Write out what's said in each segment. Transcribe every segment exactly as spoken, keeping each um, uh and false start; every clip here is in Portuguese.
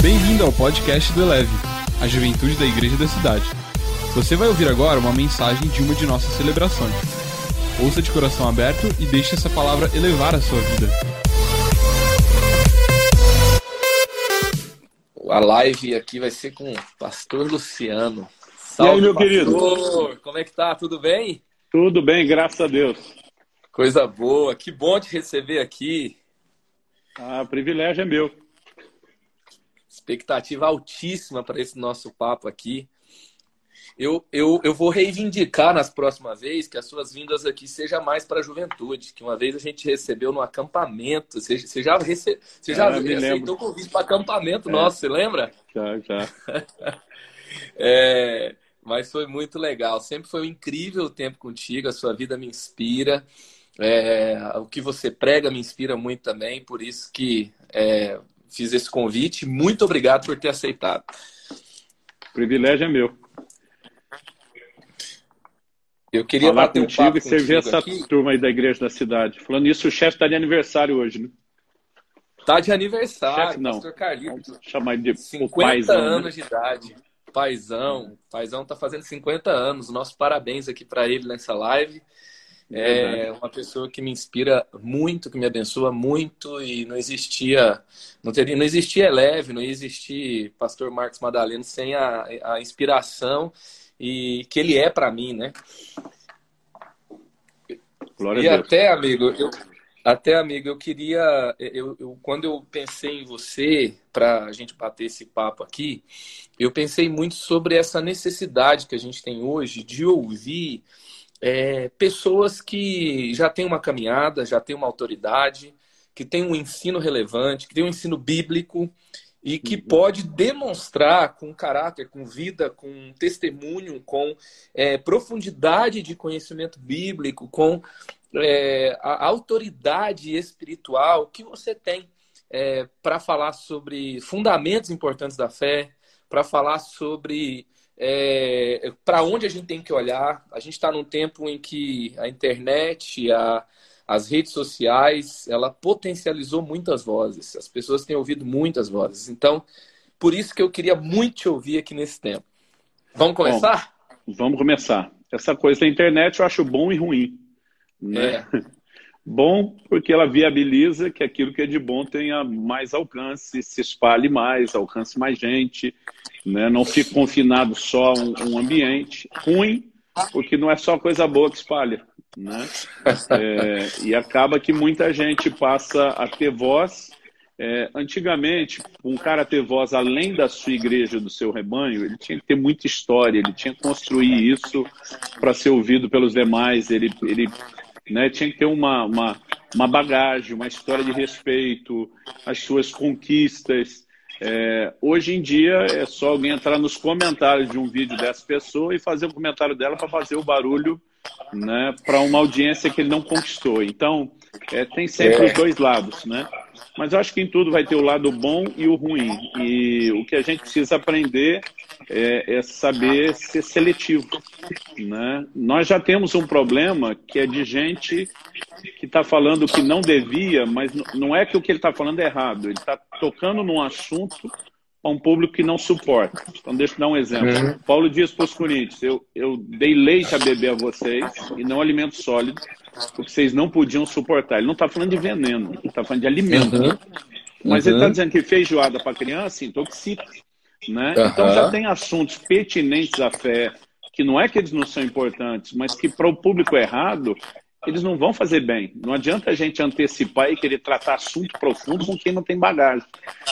Bem-vindo ao podcast do Eleve, a juventude da igreja da cidade. Você vai ouvir agora uma mensagem de uma de nossas celebrações. Ouça de coração aberto e deixe essa palavra elevar a sua vida. A live aqui vai ser com o pastor Luciano. Salve, e aí, meu pastor. Querido? Como é que tá? Tudo bem? Tudo bem, graças a Deus. Coisa boa. Que bom te receber aqui. Ah, o privilégio é meu. Expectativa altíssima para esse nosso papo aqui. Eu, eu, eu vou reivindicar nas próximas vezes que as suas vindas aqui sejam mais para a juventude, que uma vez a gente recebeu no acampamento. Você, você já, rece... você já ah, aceitou o convite para acampamento é. nosso, você lembra? Já, já. é, mas foi muito legal. Sempre foi um incrível tempo contigo, a sua vida me inspira. É, o que você prega me inspira muito também, por isso que é, fiz esse convite. Muito obrigado por ter aceitado. O privilégio é meu. Eu queria falar bater contigo um papo e servir essa aqui. turma aí da igreja da cidade. Falando isso, o chefe está de aniversário hoje, né? Tá de aniversário, chefe, não. pastor Carlito. Vamos chamar de cinquenta paizão, anos né? de idade. Paizão. Paizão tá fazendo cinquenta anos. Nosso parabéns aqui para ele nessa live. É uma pessoa que me inspira muito, que me abençoa muito, e não existia, não teria, não existia Eleve, não existia Pastor Marcos Madaleno sem a, a inspiração e que ele é para mim, né? Glória e a Deus. até, amigo, eu, até amigo, eu queria, eu, eu quando eu pensei em você para a gente bater esse papo aqui, eu pensei muito sobre essa necessidade que a gente tem hoje de ouvir É, pessoas que já têm uma caminhada, já têm uma autoridade, que têm um ensino relevante, que têm um ensino bíblico e que uhum. pode demonstrar com caráter, com vida, com testemunho, com é, profundidade de conhecimento bíblico, com é, a autoridade espiritual que você tem é, para falar sobre fundamentos importantes da fé, para falar sobre É, para onde a gente tem que olhar. A gente está num tempo em que a internet, a, as redes sociais, ela potencializou muitas vozes. As pessoas têm ouvido muitas vozes. Então, por isso que eu queria muito te ouvir aqui nesse tempo. Vamos começar? Bom, vamos começar. Essa coisa da internet eu acho bom e ruim, né? É. Bom porque ela viabiliza que aquilo que é de bom tenha mais alcance, se espalhe mais, alcance mais gente, né? Não fique confinado só a um, um ambiente. Ruim porque não é só coisa boa que espalha, né? É, e acaba que muita gente passa a ter voz. É, antigamente, um cara ter voz além da sua igreja, do seu rebanho, ele tinha que ter muita história, ele tinha que construir isso para ser ouvido pelos demais, ele... ele Né, tinha que ter uma, uma, uma bagagem, uma história de respeito, as suas conquistas. É, hoje em dia é só alguém entrar nos comentários de um vídeo dessa pessoa e fazer o comentário dela para fazer o barulho, né, para uma audiência que ele não conquistou. Então, é, tem sempre os dois lados, né? Mas eu acho que em tudo vai ter o lado bom e o ruim. E o que a gente precisa aprender é, é saber ser seletivo, né? Nós já temos um problema que é de gente que está falando o que não devia, mas não é que o que ele está falando é errado. Ele está tocando num assunto a um público que não suporta. Então, deixa eu dar um exemplo. Uhum. Paulo diz para os coríntios, eu, eu dei leite a beber a vocês e não alimento sólido, porque vocês não podiam suportar. Ele não está falando de veneno, ele está falando de alimento. Uhum. Mas uhum. ele está dizendo que feijoada para criança intoxica. Né? Uhum. Então já tem assuntos pertinentes à fé, que não é que eles não são importantes, mas que para o público errado, eles não vão fazer bem. Não adianta a gente antecipar e querer tratar assunto profundo com quem não tem bagagem.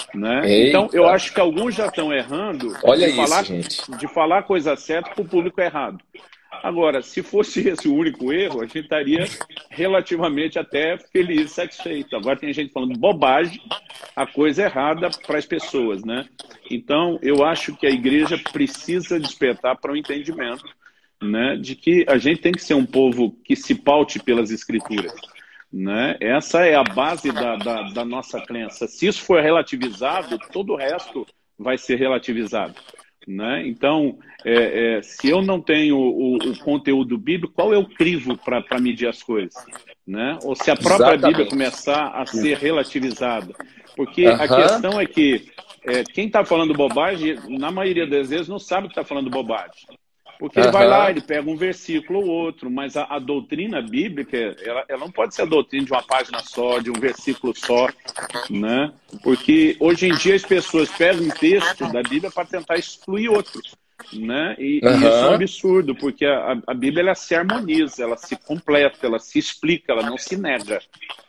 Né? Então, eu acho que alguns já estão errando Olha de, isso, falar, gente. de falar a coisa certa para o público errado. Agora, se fosse esse o único erro, a gente estaria relativamente até feliz, satisfeito. Agora tem gente falando bobagem, a coisa errada para as pessoas, né? Então, eu acho que a igreja precisa despertar para o entendimento, né, de que a gente tem que ser um povo que se paute pelas escrituras. Né? Essa é a base da, da, da nossa crença. Se isso for relativizado, todo o resto vai ser relativizado. Né? Então, é, é, se eu não tenho o, o conteúdo bíblico, qual é o crivo para medir as coisas? Né? Ou se a própria Exatamente. Bíblia começar a ser relativizada. Porque uh-huh. a questão é que é, quem está falando bobagem, na maioria das vezes, não sabe que está falando bobagem. Porque ele uhum. vai lá, ele pega um versículo ou outro, mas a, a doutrina bíblica, ela, ela não pode ser a doutrina de uma página só, de um versículo só, né? Porque hoje em dia as pessoas pegam um texto da Bíblia para tentar excluir outro, né? E, uhum. e isso é um absurdo, porque a, a Bíblia ela se harmoniza, ela se completa, ela se explica, ela não se nega.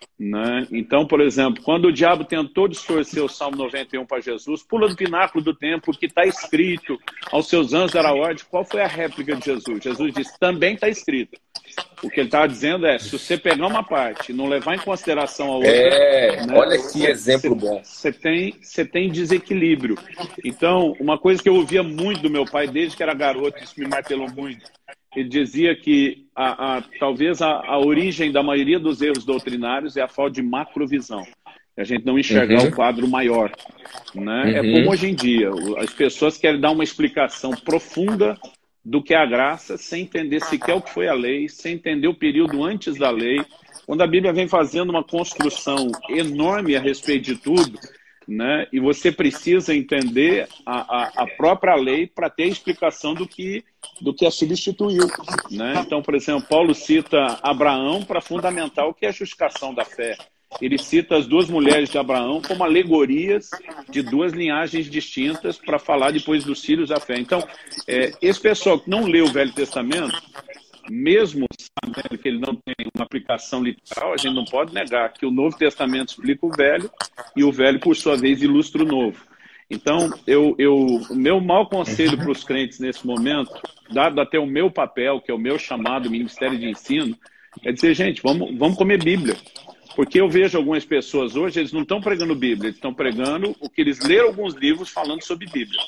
Né? Então, por exemplo, quando o diabo tentou distorcer o Salmo noventa e um para Jesus, pula do pináculo do templo, que está escrito, aos seus anjos dará ordem, qual foi a réplica de Jesus? Jesus disse, também está escrito. O que ele estava dizendo é, se você pegar uma parte e não levar em consideração a outra... É, né, olha que exemplo cê, bom. Você tem, você tem desequilíbrio. Então, uma coisa que eu ouvia muito do meu pai, desde que era garoto, isso me martelou muito, ele dizia que a, a, talvez a, a origem da maioria dos erros doutrinários é a falta de macrovisão. A gente não enxergar uhum. o quadro maior. Né? Uhum. É como hoje em dia. As pessoas querem dar uma explicação profunda do que é a graça, sem entender sequer o que foi a lei, sem entender o período antes da lei. Quando a Bíblia vem fazendo uma construção enorme a respeito de tudo, né? E você precisa entender a, a, a própria lei para ter a explicação do que, do que a substituiu. Né? Então, por exemplo, Paulo cita Abraão para fundamentar o que é a justificação da fé. Ele cita as duas mulheres de Abraão como alegorias de duas linhagens distintas para falar depois dos filhos da fé. Então, é, esse pessoal que não lê o Velho Testamento, mesmo sabendo que ele não tem uma aplicação literal, a gente não pode negar que o Novo Testamento explica o Velho e o Velho, por sua vez, ilustra o Novo. Então, eu, eu, o meu mau conselho para os crentes nesse momento, dado até o meu papel, que é o meu chamado Ministério de Ensino, é dizer, gente, vamos, vamos comer Bíblia. Porque eu vejo algumas pessoas hoje, eles não estão pregando Bíblia, eles estão pregando o que eles leram alguns livros falando sobre Bíblia.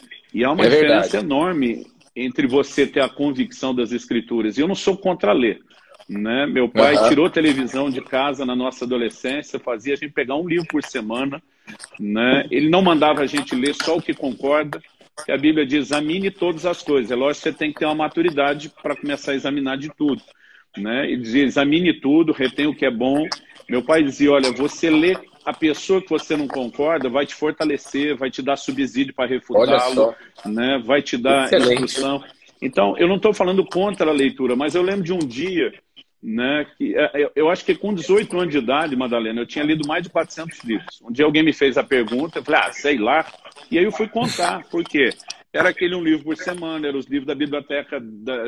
E há uma é diferença verdade. enorme entre você ter a convicção das Escrituras. E eu não sou contra ler. Né? Meu pai uhum. tirou televisão de casa na nossa adolescência, fazia a gente pegar um livro por semana. Né? Ele não mandava a gente ler só o que concorda, que a Bíblia diz, examine todas as coisas. É lógico que você tem que ter uma maturidade para começar a examinar de tudo. Né? Ele dizia, examine tudo, retém o que é bom. Meu pai dizia, olha, você lê a pessoa que você não concorda, vai te fortalecer, vai te dar subsídio para refutá-lo, né? Vai te dar Excelente. instrução. Então, eu não estou falando contra a leitura, mas eu lembro de um dia, né, que eu acho que com dezoito anos de idade, Madalena, eu tinha lido mais de quatrocentos livros. Um dia alguém me fez a pergunta, eu falei, ah, sei lá. E aí eu fui contar, por quê? Era aquele um livro por semana, eram os livros da biblioteca da,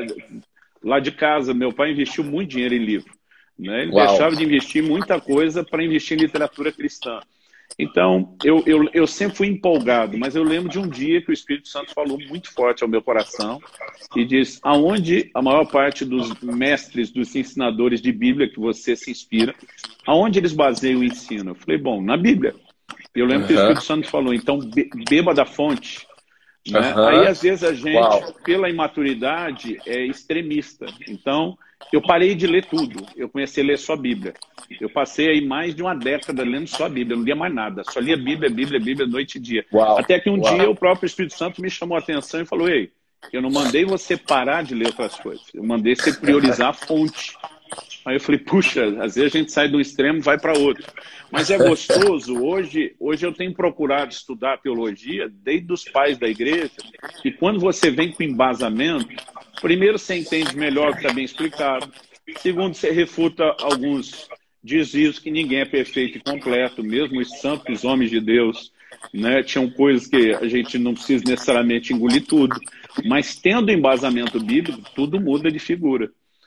lá de casa. Meu pai investiu muito dinheiro em livro. Né? Ele Uau. deixava de investir muita coisa para investir em literatura cristã. Então, eu, eu, eu sempre fui empolgado, mas eu lembro de um dia que o Espírito Santo falou muito forte ao meu coração e disse, aonde a maior parte dos mestres, dos ensinadores de Bíblia que você se inspira, aonde eles baseiam o ensino? Eu falei, bom, na Bíblia. Eu lembro uhum. que o Espírito Santo falou, então beba da fonte. Né? Uhum. Aí, às vezes, a gente, Uau. pela imaturidade, é extremista. Então, eu parei de ler tudo. Eu comecei a ler só a Bíblia. Eu passei aí mais de uma década lendo só a Bíblia. Eu não lia mais nada. Só lia Bíblia, Bíblia, Bíblia, noite e dia. Uau. Até que um Uau. dia o próprio Espírito Santo me chamou a atenção e falou, ei, eu não mandei você parar de ler outras coisas. Eu mandei você priorizar a fonte. Aí eu falei, puxa, às vezes a gente sai do extremo e vai para outro. Mas é gostoso. Hoje, hoje eu tenho procurado estudar teologia desde os pais da igreja. E quando você vem com embasamento, primeiro você entende melhor o que está bem explicado. Segundo, você refuta alguns desvios que ninguém é perfeito e completo. Mesmo os santos homens de Deus, né, tinham coisas que a gente não precisa necessariamente engolir tudo. Mas tendo embasamento bíblico, tudo muda de figura.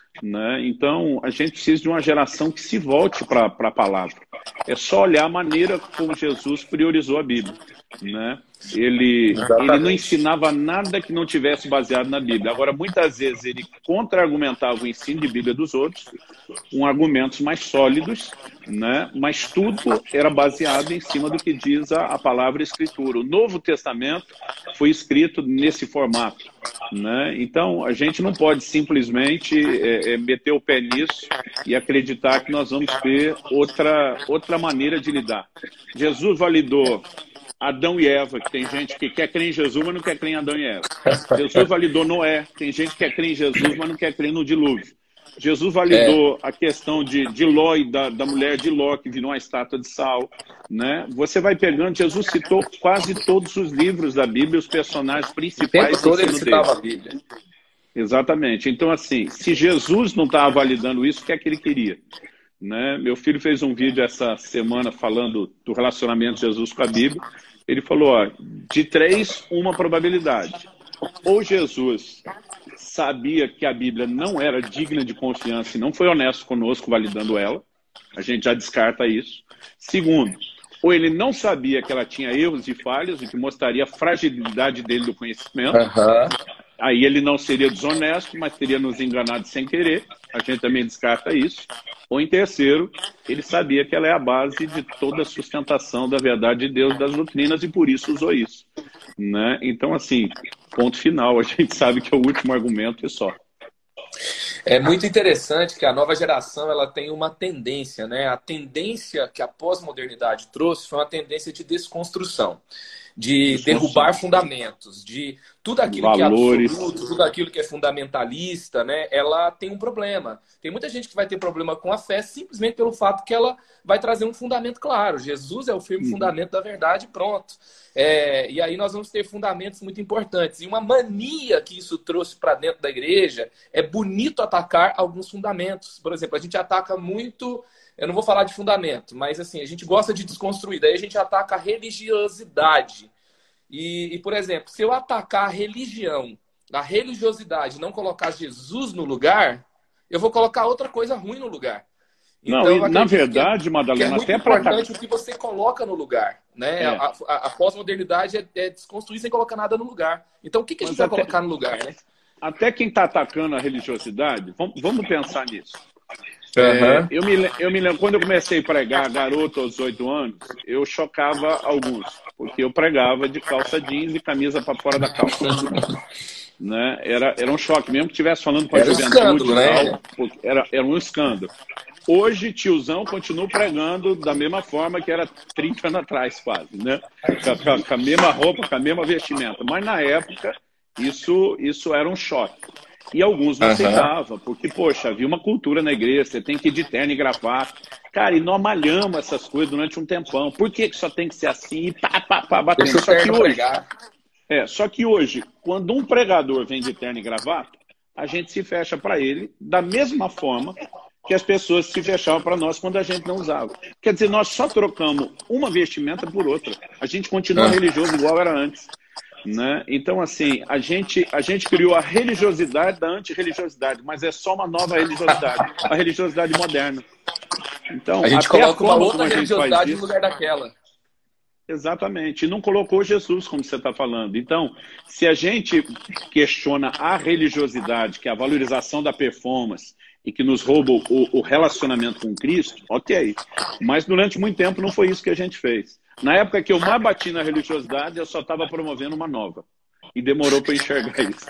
Né? Então, a gente precisa de uma geração que se volte para a palavra. É só olhar a maneira como Jesus priorizou a Bíblia. Né? Ele, ele não ensinava nada que não tivesse baseado na Bíblia. Agora, muitas vezes, ele contra-argumentava o ensino de Bíblia dos outros com argumentos mais sólidos, né? Mas tudo era baseado em cima do que diz a, a palavra Escritura. O Novo Testamento foi escrito nesse formato. Né? Então, a gente não pode simplesmente é, é, meter o pé nisso e acreditar que nós vamos ter outra, outra maneira de lidar. Jesus validou Adão e Eva, que tem gente que quer crer em Jesus, mas não quer crer em Adão e Eva. Jesus validou Noé, tem gente que quer crer em Jesus, mas não quer crer no dilúvio. Jesus validou é. a questão de, de Ló e da, da mulher de Ló, que virou uma estátua de sal. Né? Você vai pegando, Jesus citou quase todos os livros da Bíblia, os personagens principais. O tempo todo ele citava a Bíblia. Exatamente. Então, assim, se Jesus não estava validando isso, o que é que ele queria? Né? Meu filho fez um vídeo essa semana falando do relacionamento de Jesus com a Bíblia. Ele falou, ó, de três, uma probabilidade. Ou Jesus sabia que a Bíblia não era digna de confiança e não foi honesto conosco validando ela. A gente já descarta isso. Segundo, ou ele não sabia que ela tinha erros e falhas, o que mostraria a fragilidade dele do conhecimento. Uhum. Aí ele não seria desonesto, mas teria nos enganado sem querer. A gente também descarta isso. Ou em terceiro, ele sabia que ela é a base de toda a sustentação da verdade de Deus, das doutrinas, e por isso usou isso. Né? Então, assim, ponto final. A gente sabe que é o último argumento e só. É muito interessante que a nova geração ela tem uma tendência, né? A tendência que a pós-modernidade trouxe foi uma tendência de desconstrução, de derrubar fundamentos, de tudo aquilo Valores. que é absoluto, tudo aquilo que é fundamentalista, né? Ela tem um problema. Tem muita gente que vai ter problema com a fé simplesmente pelo fato que ela vai trazer um fundamento claro. Jesus é o firme fundamento da verdade, pronto. É, e aí nós vamos ter fundamentos muito importantes. E uma mania que isso trouxe para dentro da igreja é bonito atacar alguns fundamentos. Por exemplo, a gente ataca muito... Eu não vou falar de fundamento, mas assim, a gente gosta de desconstruir. Daí a gente ataca a religiosidade. E, e, por exemplo, se eu atacar a religião, a religiosidade, não colocar Jesus no lugar, eu vou colocar outra coisa ruim no lugar. Não, então, e, na verdade, que, Madalena, que é muito até para importante o que você coloca no lugar. Né? É. A, a, a pós-modernidade é, é desconstruir sem colocar nada no lugar. Então, o que, que a gente mas vai até, colocar no lugar? Né? Até quem está atacando a religiosidade, vamos, vamos pensar nisso. Uhum. É, eu, me, eu me lembro, quando eu comecei a pregar garoto aos oito anos, eu chocava alguns, porque eu pregava de calça jeans e camisa para fora da calça. Né? Era, era um choque, mesmo que estivesse falando para a juventude. Escândalo, né? era, era um escândalo. Hoje, tiozão continua pregando da mesma forma que era trinta anos atrás, quase. Né? Com, com, com a mesma roupa, com a mesma vestimenta. Mas na época, isso, isso era um choque. E alguns não uhum. aceitavam, porque, poxa, havia uma cultura na igreja, você tem que ir de terno e gravata. Cara, e nós malhamos essas coisas durante um tempão. Por que, que só tem que ser assim? E pá, pá, pá, batendo. Só que, hoje, é, só que hoje, quando um pregador vem de terno e gravata, a gente se fecha para ele da mesma forma que as pessoas se fechavam para nós quando a gente não usava. Quer dizer, nós só trocamos uma vestimenta por outra. A gente continua uhum. religioso igual era antes. Né? Então, assim, a gente, a gente criou a religiosidade da antirreligiosidade, mas é só uma nova religiosidade, a religiosidade moderna. Então, a gente coloca uma outra religiosidade no lugar daquela. Exatamente, e não colocou Jesus, como você está falando. Então, se a gente questiona a religiosidade, que é a valorização da performance, e que nos rouba o, o relacionamento com Cristo, ok. Mas durante muito tempo não foi isso que a gente fez. Na época que eu mais bati na religiosidade, eu só estava promovendo uma nova. E demorou para enxergar isso.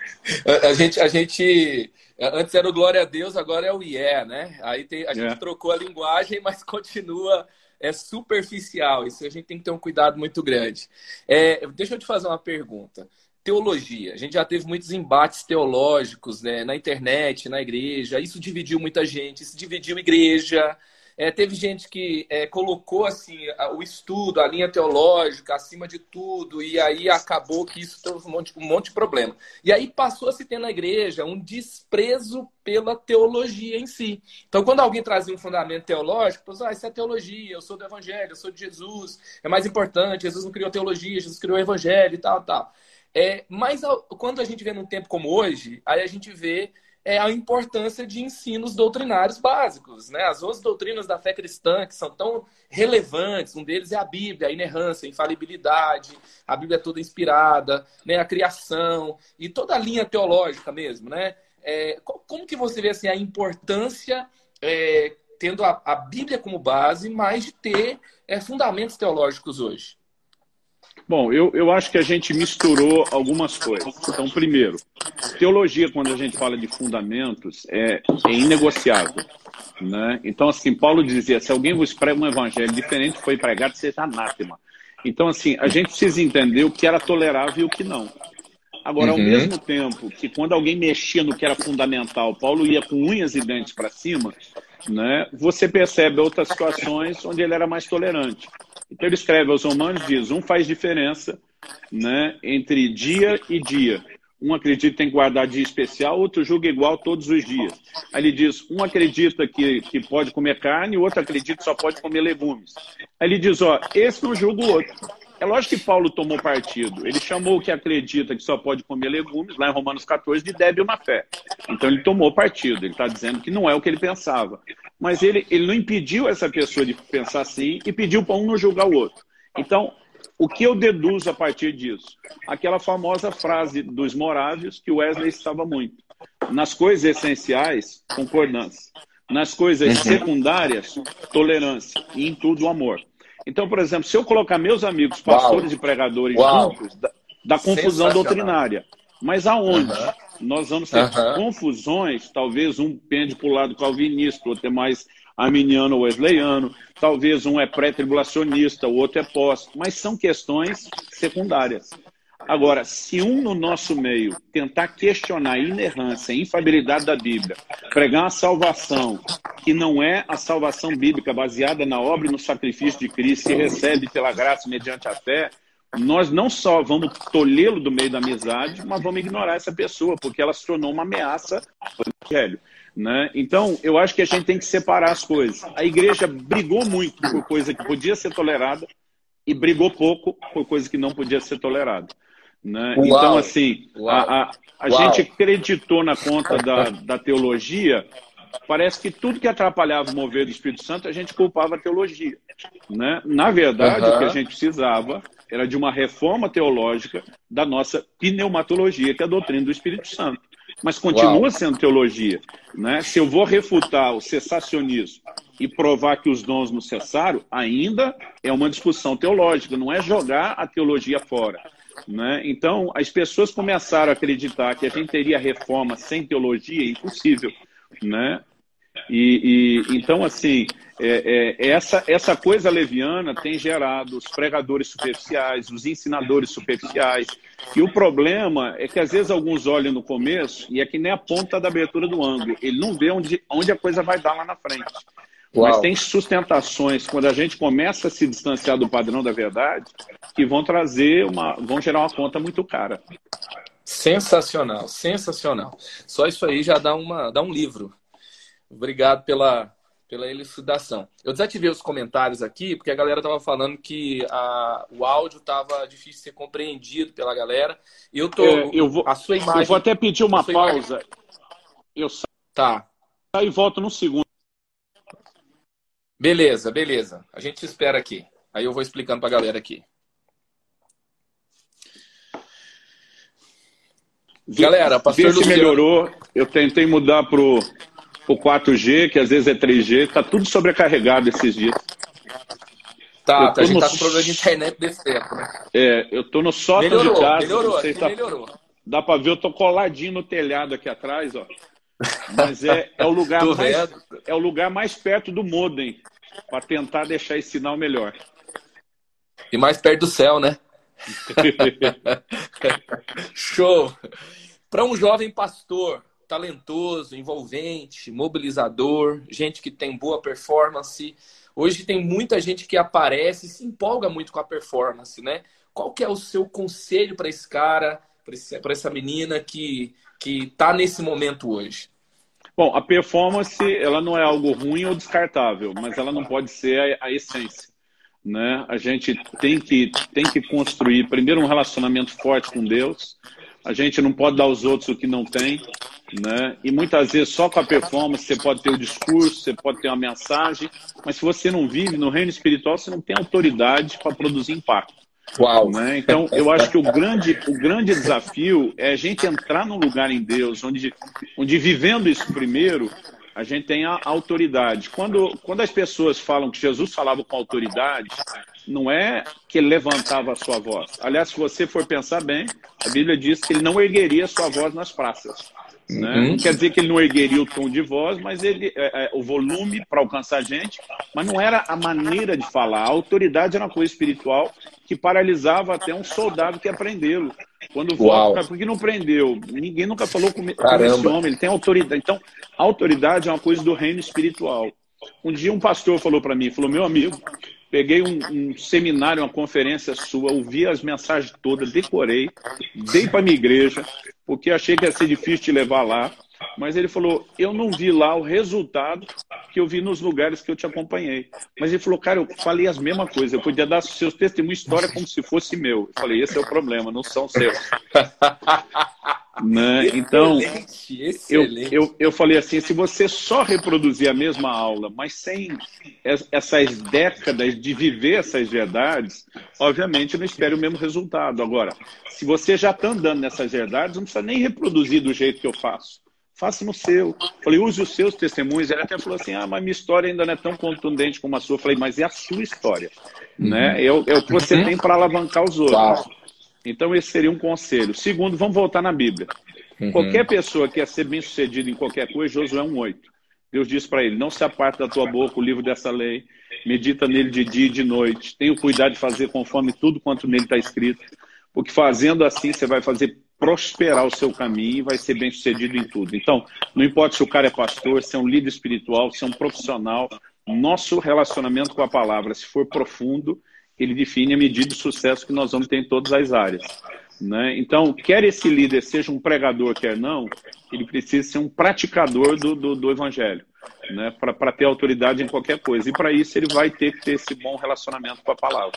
A, a, gente, a gente... Antes era o glória a Deus, agora é o yeah, né? Aí tem, a gente é. trocou a linguagem, mas continua é, superficial. Isso a gente tem que ter um cuidado muito grande. É, deixa eu te fazer uma pergunta. Teologia. A gente já teve muitos embates teológicos, né, na internet, na igreja. Isso dividiu muita gente, isso dividiu a igreja. É, teve gente que é, colocou assim, o estudo, a linha teológica acima de tudo, e aí acabou que isso teve um monte, um monte de problema. E aí passou a se ter na igreja um desprezo pela teologia em si. Então, quando alguém trazia um fundamento teológico, pensou, ah, isso é teologia, eu sou do evangelho, eu sou de Jesus, é mais importante, Jesus não criou teologia, Jesus criou o evangelho e tal, tal. É, mas quando a gente vê num tempo como hoje, aí a gente vê é, a importância de ensinos doutrinários básicos, né? As onze doutrinas da fé cristã, que são tão relevantes, um deles é a Bíblia, a inerrância, a infalibilidade, a Bíblia é toda inspirada, né? A criação e toda a linha teológica mesmo, né? É, como que você vê assim, a importância, é, tendo a, a Bíblia como base, mas de ter é, fundamentos teológicos hoje? Bom, eu, eu acho que a gente misturou algumas coisas. Então, primeiro, teologia, quando a gente fala de fundamentos, é, é inegociável. Né? Então, assim, Paulo dizia, se alguém vos prega um evangelho diferente foi pregado, seja anátema. Então, assim, a gente precisa entender o que era tolerável e o que não. Agora, ao Uhum. mesmo tempo que quando alguém mexia no que era fundamental, Paulo ia com unhas e dentes para cima, né, você percebe outras situações onde ele era mais tolerante. Então ele escreve aos Romanos, diz, um faz diferença, né, entre dia e dia. Um acredita que tem que guardar dia especial, outro julga igual todos os dias. Aí ele diz, um acredita que, que pode comer carne, o outro acredita que só pode comer legumes. Aí ele diz, ó, esse não julga o outro. É lógico que Paulo tomou partido. Ele chamou o que acredita que só pode comer legumes, lá em Romanos quatorze, de débil na fé. Então ele tomou partido. Ele está dizendo que não é o que ele pensava. Mas ele, ele não impediu essa pessoa de pensar assim e pediu para um não julgar o outro. Então, o que eu deduzo a partir disso? Aquela famosa frase dos Morávios que Wesley estava muito. Nas coisas essenciais, concordância. Nas coisas secundárias, tolerância. E em tudo, amor. Então, por exemplo, se eu colocar meus amigos, pastores Uau. e pregadores Uau. juntos, da, da confusão doutrinária. Mas aonde? Uhum. Nós vamos ter uhum. confusões, talvez um pende para o lado calvinista, outro é mais arminiano ou wesleyano, talvez um é pré-tribulacionista, o outro é pós, mas são questões secundárias. Agora, se um no nosso meio tentar questionar a inerrância, a infalibilidade da Bíblia, pregar uma salvação que não é a salvação bíblica baseada na obra e no sacrifício de Cristo, se recebe pela graça mediante a fé, nós não só vamos tolhê-lo do meio da amizade, mas vamos ignorar essa pessoa, porque ela se tornou uma ameaça ao evangelho. Né? Então, eu acho que a gente tem que separar as coisas. A igreja brigou muito por coisa que podia ser tolerada e brigou pouco por coisa que não podia ser tolerada. Né? Então, assim, a, a, a gente acreditou na conta da, da teologia, parece que tudo que atrapalhava o mover do Espírito Santo, a gente culpava a teologia. Né? Na verdade, uhum. o que a gente precisava era de uma reforma teológica da nossa pneumatologia, que é a doutrina do Espírito Santo. Mas continua Uau. sendo teologia. Né? Se eu vou refutar o cessacionismo e provar que os dons não cessaram, ainda é uma discussão teológica, não é jogar a teologia fora. Né? Então, as pessoas começaram a acreditar que a gente teria reforma sem teologia, é impossível. Né? E, e, então, assim, é, é, essa, essa coisa leviana tem gerado os pregadores superficiais, os ensinadores superficiais. E o problema é que, às vezes, alguns olham no começo e é que nem a ponta da abertura do ângulo. Ele não vê onde, onde a coisa vai dar lá na frente. Uau. Mas tem sustentações, quando a gente começa a se distanciar do padrão da verdade, que vão trazer uma, vão gerar uma conta muito cara. Sensacional, sensacional. Só isso aí já dá, uma, dá um livro. Obrigado pela, pela elucidação. Eu desativei os comentários aqui, porque a galera estava falando que a, o áudio estava difícil de ser compreendido pela galera. Eu, tô, é, eu, vou, a sua imagem, eu vou até pedir uma pausa. Imagem... Eu saio tá. e volto num segundo. Beleza, beleza. A gente espera aqui. Aí eu vou explicando para a galera aqui. Galera, pastor Vê se Luciano... melhorou. Eu tentei mudar pro o quatro G, que às vezes é três G, tá tudo sobrecarregado esses dias. Tá, a gente no... tá com problema de internet desse tempo, né? É, eu tô no sótão melhorou, de casa. Melhorou, não sei se tá... melhorou. Dá pra ver, eu tô coladinho no telhado aqui atrás, ó. Mas é, é, o, lugar mais, é o lugar mais perto do modem, para tentar deixar esse sinal melhor. E mais perto do céu, né? Show! Para um jovem pastor talentoso, envolvente, mobilizador, gente que tem boa performance. Hoje tem muita gente que aparece e se empolga muito com a performance, né? Qual que é o seu conselho para esse cara, para essa menina que que está nesse momento hoje? Bom, a performance ela não é algo ruim ou descartável, mas ela não pode ser a, a essência. Né? A gente tem que, tem que construir, primeiro, um relacionamento forte com Deus. A gente não pode dar aos outros o que não tem. Né? E muitas vezes só com a performance você pode ter o discurso, você pode ter uma mensagem, mas se você não vive no reino espiritual, você não tem autoridade para produzir impacto. Uau. Né? Então, eu acho que o grande, o grande desafio é a gente entrar num lugar em Deus, onde, onde vivendo isso primeiro, a gente tem a autoridade. Quando, quando as pessoas falam que Jesus falava com autoridade, não é que ele levantava a sua voz. Aliás, se você for pensar bem, a Bíblia diz que ele não ergueria a sua voz nas praças. Né? Uhum. Não quer dizer que ele não ergueria o tom de voz, mas ele, é, é, o volume para alcançar a gente, mas não era a maneira de falar. A autoridade era uma coisa espiritual que paralisava até um soldado que aprendê-lo. Quando volta, porque não prendeu. Ninguém nunca falou com, com esse homem, ele tem autoridade. Então, a autoridade é uma coisa do reino espiritual. Um dia um pastor falou para mim, falou, meu amigo, peguei um, um seminário, uma conferência sua, ouvi as mensagens todas, decorei, dei para minha igreja, porque achei que ia ser difícil te levar lá. Mas ele falou, eu não vi lá o resultado que eu vi nos lugares que eu te acompanhei. Mas ele falou, cara, eu falei as mesmas coisas, eu podia dar seus testemunhos, história como se fosse meu. Eu falei, esse é o problema, não são seus. Né? Então, excelente, excelente. Eu, eu, eu falei assim, se você só reproduzir a mesma aula, mas sem essas décadas de viver essas verdades, obviamente não espere o mesmo resultado. Agora, se você já está andando nessas verdades, não precisa nem reproduzir do jeito que eu faço. Faça no seu. Falei, use os seus testemunhos. Ele até falou assim, ah, mas minha história ainda não é tão contundente como a sua. Eu falei, mas é a sua história. Uhum. Né? É, o, é o que você uhum. tem para alavancar os outros. Claro. Então, esse seria um conselho. Segundo, vamos voltar na Bíblia. Uhum. Qualquer pessoa que quer ser bem-sucedido em qualquer coisa, Josué um oito. Deus diz para ele, não se aparte da tua boca o livro dessa lei, medita nele de dia e de noite, tenha o cuidado de fazer conforme tudo quanto nele está escrito, porque fazendo assim você vai fazer prosperar o seu caminho e vai ser bem-sucedido em tudo. Então, não importa se o cara é pastor, se é um líder espiritual, se é um profissional, nosso relacionamento com a palavra, se for profundo, ele define a medida de sucesso que nós vamos ter em todas as áreas. Né? Então, quer esse líder seja um pregador, quer não, ele precisa ser um praticador do, do, do evangelho, né? Para ter autoridade em qualquer coisa. E para isso ele vai ter que ter esse bom relacionamento com a palavra.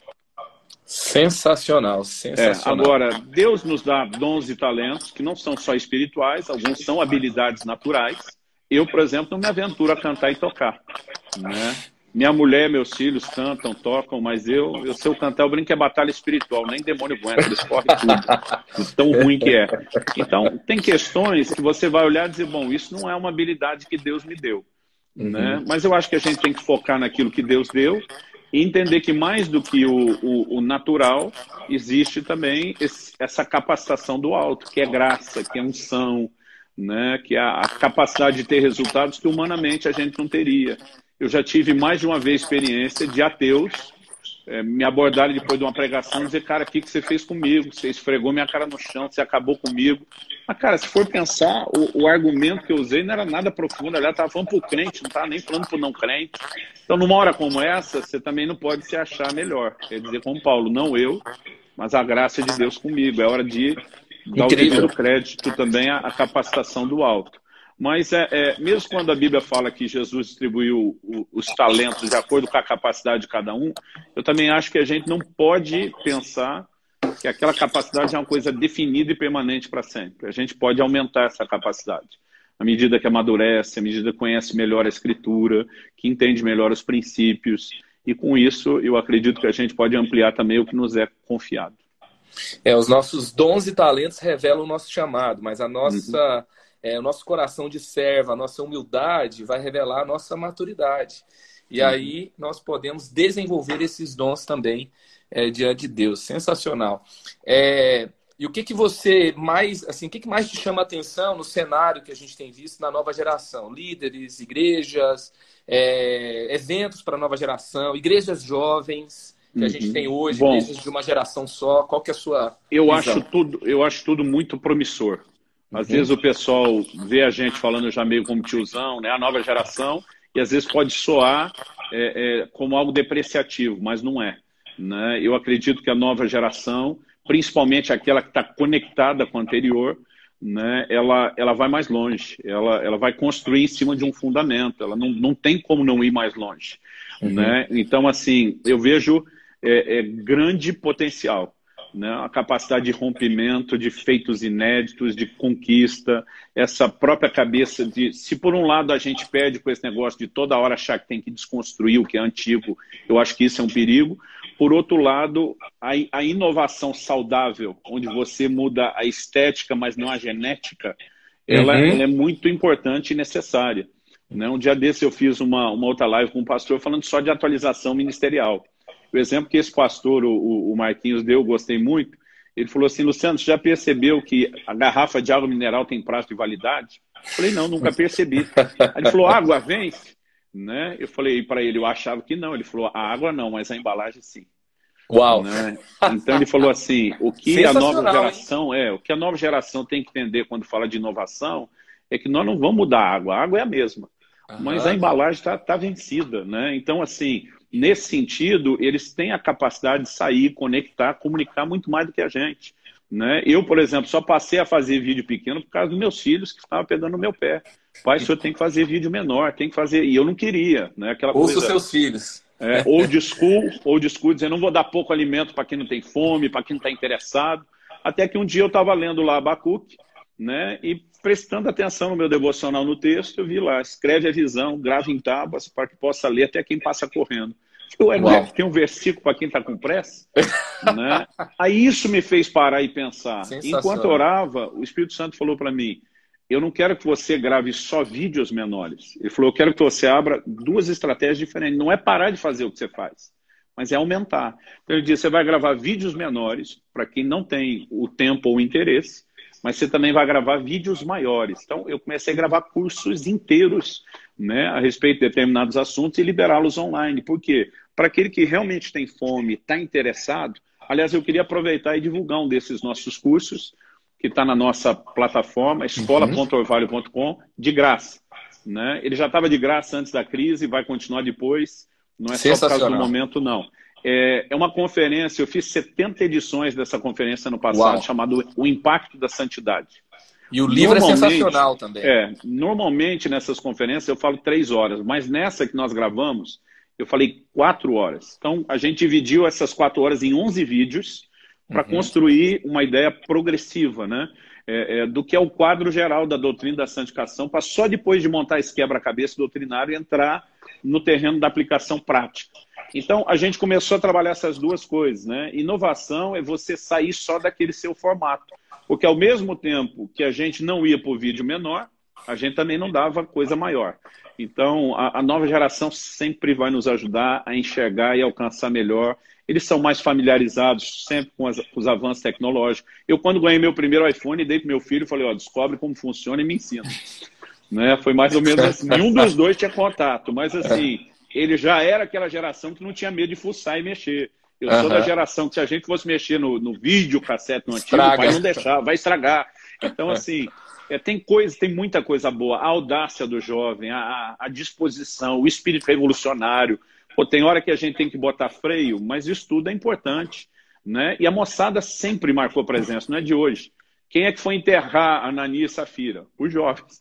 Sensacional, sensacional. É, agora, Deus nos dá dons e talentos que não são só espirituais, alguns são habilidades naturais. Eu, por exemplo, não me aventuro a cantar e tocar. Né? Minha mulher, meus filhos cantam, tocam, mas eu, eu se eu cantar, eu brinco que é batalha espiritual, nem demônio aguenta, eles correm tudo, de tão ruim que é. Então, tem questões que você vai olhar e dizer, bom, isso não é uma habilidade que Deus me deu. Uhum. Né? Mas eu acho que a gente tem que focar naquilo que Deus deu e entender que mais do que o, o, o natural, existe também esse, essa capacitação do alto, que é graça, que é unção, né? Que é a, a capacidade de ter resultados que humanamente a gente não teria. Eu já tive mais de uma vez experiência de ateus é, me abordarem depois de uma pregação e dizer, cara, o que, que você fez comigo? Você esfregou minha cara no chão, você acabou comigo. Mas, cara, se for pensar, o, o argumento que eu usei não era nada profundo, aliás, estava falando para o crente, não estava nem falando para o não crente. Então, numa hora como essa, você também não pode se achar melhor. Quer dizer, como Paulo, não eu, mas a graça de Deus comigo. É hora de dar Incrível. o devido crédito também à, à capacitação do alto. Mas é, é, mesmo quando a Bíblia fala que Jesus distribuiu o, os talentos de acordo com a capacidade de cada um, eu também acho que a gente não pode pensar que aquela capacidade é uma coisa definida e permanente para sempre. A gente pode aumentar essa capacidade. À medida que amadurece, à medida que conhece melhor a Escritura, que entende melhor os princípios. E com isso, eu acredito que a gente pode ampliar também o que nos é confiado. É, os nossos dons e talentos revelam o nosso chamado, mas a nossa... Uhum. É, o nosso coração de servo, a nossa humildade vai revelar a nossa maturidade. E uhum. aí nós podemos desenvolver esses dons também é, diante de Deus. Sensacional. É, e o que, que você mais, assim, o que, que mais te chama a atenção no cenário que a gente tem visto na nova geração? Líderes, igrejas, é, eventos para a nova geração, igrejas jovens que uhum. a gente tem hoje, Bom, igrejas de uma geração só. Qual que é a sua eu visão? acho tudo, eu acho tudo muito promissor. Às uhum. vezes o pessoal vê a gente falando já meio como tiozão, né? A nova geração, e às vezes pode soar é, é, como algo depreciativo, mas não é. Né? Eu acredito que a nova geração, principalmente aquela que está conectada com a anterior, né? ela, ela vai mais longe, ela, ela vai construir em cima de um fundamento, ela não, não tem como não ir mais longe. Uhum. Né? Então, assim, eu vejo é, é, grande potencial. Né, a capacidade de rompimento, de feitos inéditos, de conquista, essa própria cabeça de... Se por um lado a gente perde com esse negócio de toda hora achar que tem que desconstruir o que é antigo, eu acho que isso é um perigo. Por outro lado, a, a inovação saudável, onde você muda a estética, mas não a genética, ela, uhum. ela é muito importante e necessária. Né? Um dia desse eu fiz uma, uma outra live com um pastor falando só de atualização ministerial. O exemplo que esse pastor, o, o Marquinhos, deu, eu gostei muito. Ele falou assim, Luciano, você já percebeu que a garrafa de água mineral tem prazo de validade? Eu falei, não, nunca percebi. Aí ele falou, água vence? Né? Eu falei para ele, eu achava que não. Ele falou, a água não, mas a embalagem sim. Uau! Né? Então ele falou assim, o que a nova geração é, o que a nova geração tem que entender quando fala de inovação é que nós não vamos mudar a água, a água é a mesma, uhum. mas a embalagem está tá vencida, né? Então, assim, nesse sentido, eles têm a capacidade de sair, conectar, comunicar muito mais do que a gente. Né? Eu, por exemplo, só passei a fazer vídeo pequeno por causa dos meus filhos que estavam pegando no meu pé. Pai, o senhor tem que fazer vídeo menor, tem que fazer... E eu não queria, né? Aquela Ouça coisa... os seus filhos. É, old school, old school, dizendo, não vou dar pouco alimento para quem não tem fome, para quem não está interessado. Até que um dia eu estava lendo lá Abacuque, né? E prestando atenção no meu devocional no texto, eu vi lá, escreve a visão, grava em tábuas para que possa ler até quem passa correndo. Ué, mulher, tem um versículo para quem está com pressa? Né? Aí isso me fez parar e pensar. Enquanto eu orava, o Espírito Santo falou para mim, eu não quero que você grave só vídeos menores. Ele falou, eu quero que você abra duas estratégias diferentes. Não é parar de fazer o que você faz, mas é aumentar. Então ele disse, você vai gravar vídeos menores para quem não tem o tempo ou o interesse, mas você também vai gravar vídeos maiores. Então eu comecei a gravar cursos inteiros, né, a respeito de determinados assuntos e liberá-los online. Por quê? Para aquele que realmente tem fome, está interessado. Aliás, eu queria aproveitar e divulgar um desses nossos cursos, que está na nossa plataforma, escola ponto orvalho ponto com, de graça. Né? Ele já estava de graça antes da crise, vai continuar depois. Não é só por causa do momento, não. É, é uma conferência, eu fiz setenta edições dessa conferência no passado, chamada O Impacto da Santidade. E o livro é sensacional também. É, normalmente nessas conferências eu falo três horas, mas nessa que nós gravamos, eu falei quatro horas. Então, a gente dividiu essas quatro horas em onze vídeos para uhum. construir uma ideia progressiva, né? É, é, do que é o quadro geral da doutrina da santificação, para só depois de montar esse quebra-cabeça doutrinário entrar no terreno da aplicação prática. Então, a gente começou a trabalhar essas duas coisas, né? Inovação é você sair só daquele seu formato. Porque ao mesmo tempo que a gente não ia para o vídeo menor, a gente também não dava coisa maior. Então, a, a nova geração sempre vai nos ajudar a enxergar e alcançar melhor. Eles são mais familiarizados sempre com, as, com os avanços tecnológicos. Eu, quando ganhei meu primeiro iPhone, dei para meu filho e falei, ó, descobre como funciona e me ensina. Né? Foi mais ou menos assim. Nenhum dos dois tinha contato, mas assim, ele já era aquela geração que não tinha medo de fuçar e mexer. Eu sou uhum. da geração que se a gente fosse mexer no, no vídeo, cassete, no antigo, vai não deixar, vai estragar. Então, assim, é, tem coisa, tem muita coisa boa. A audácia do jovem, a, a disposição, o espírito revolucionário. Pô, tem hora que a gente tem que botar freio, mas isso tudo é importante. Né? E a moçada sempre marcou presença, não é de hoje. Quem é que foi enterrar a Anania e Safira? Os jovens.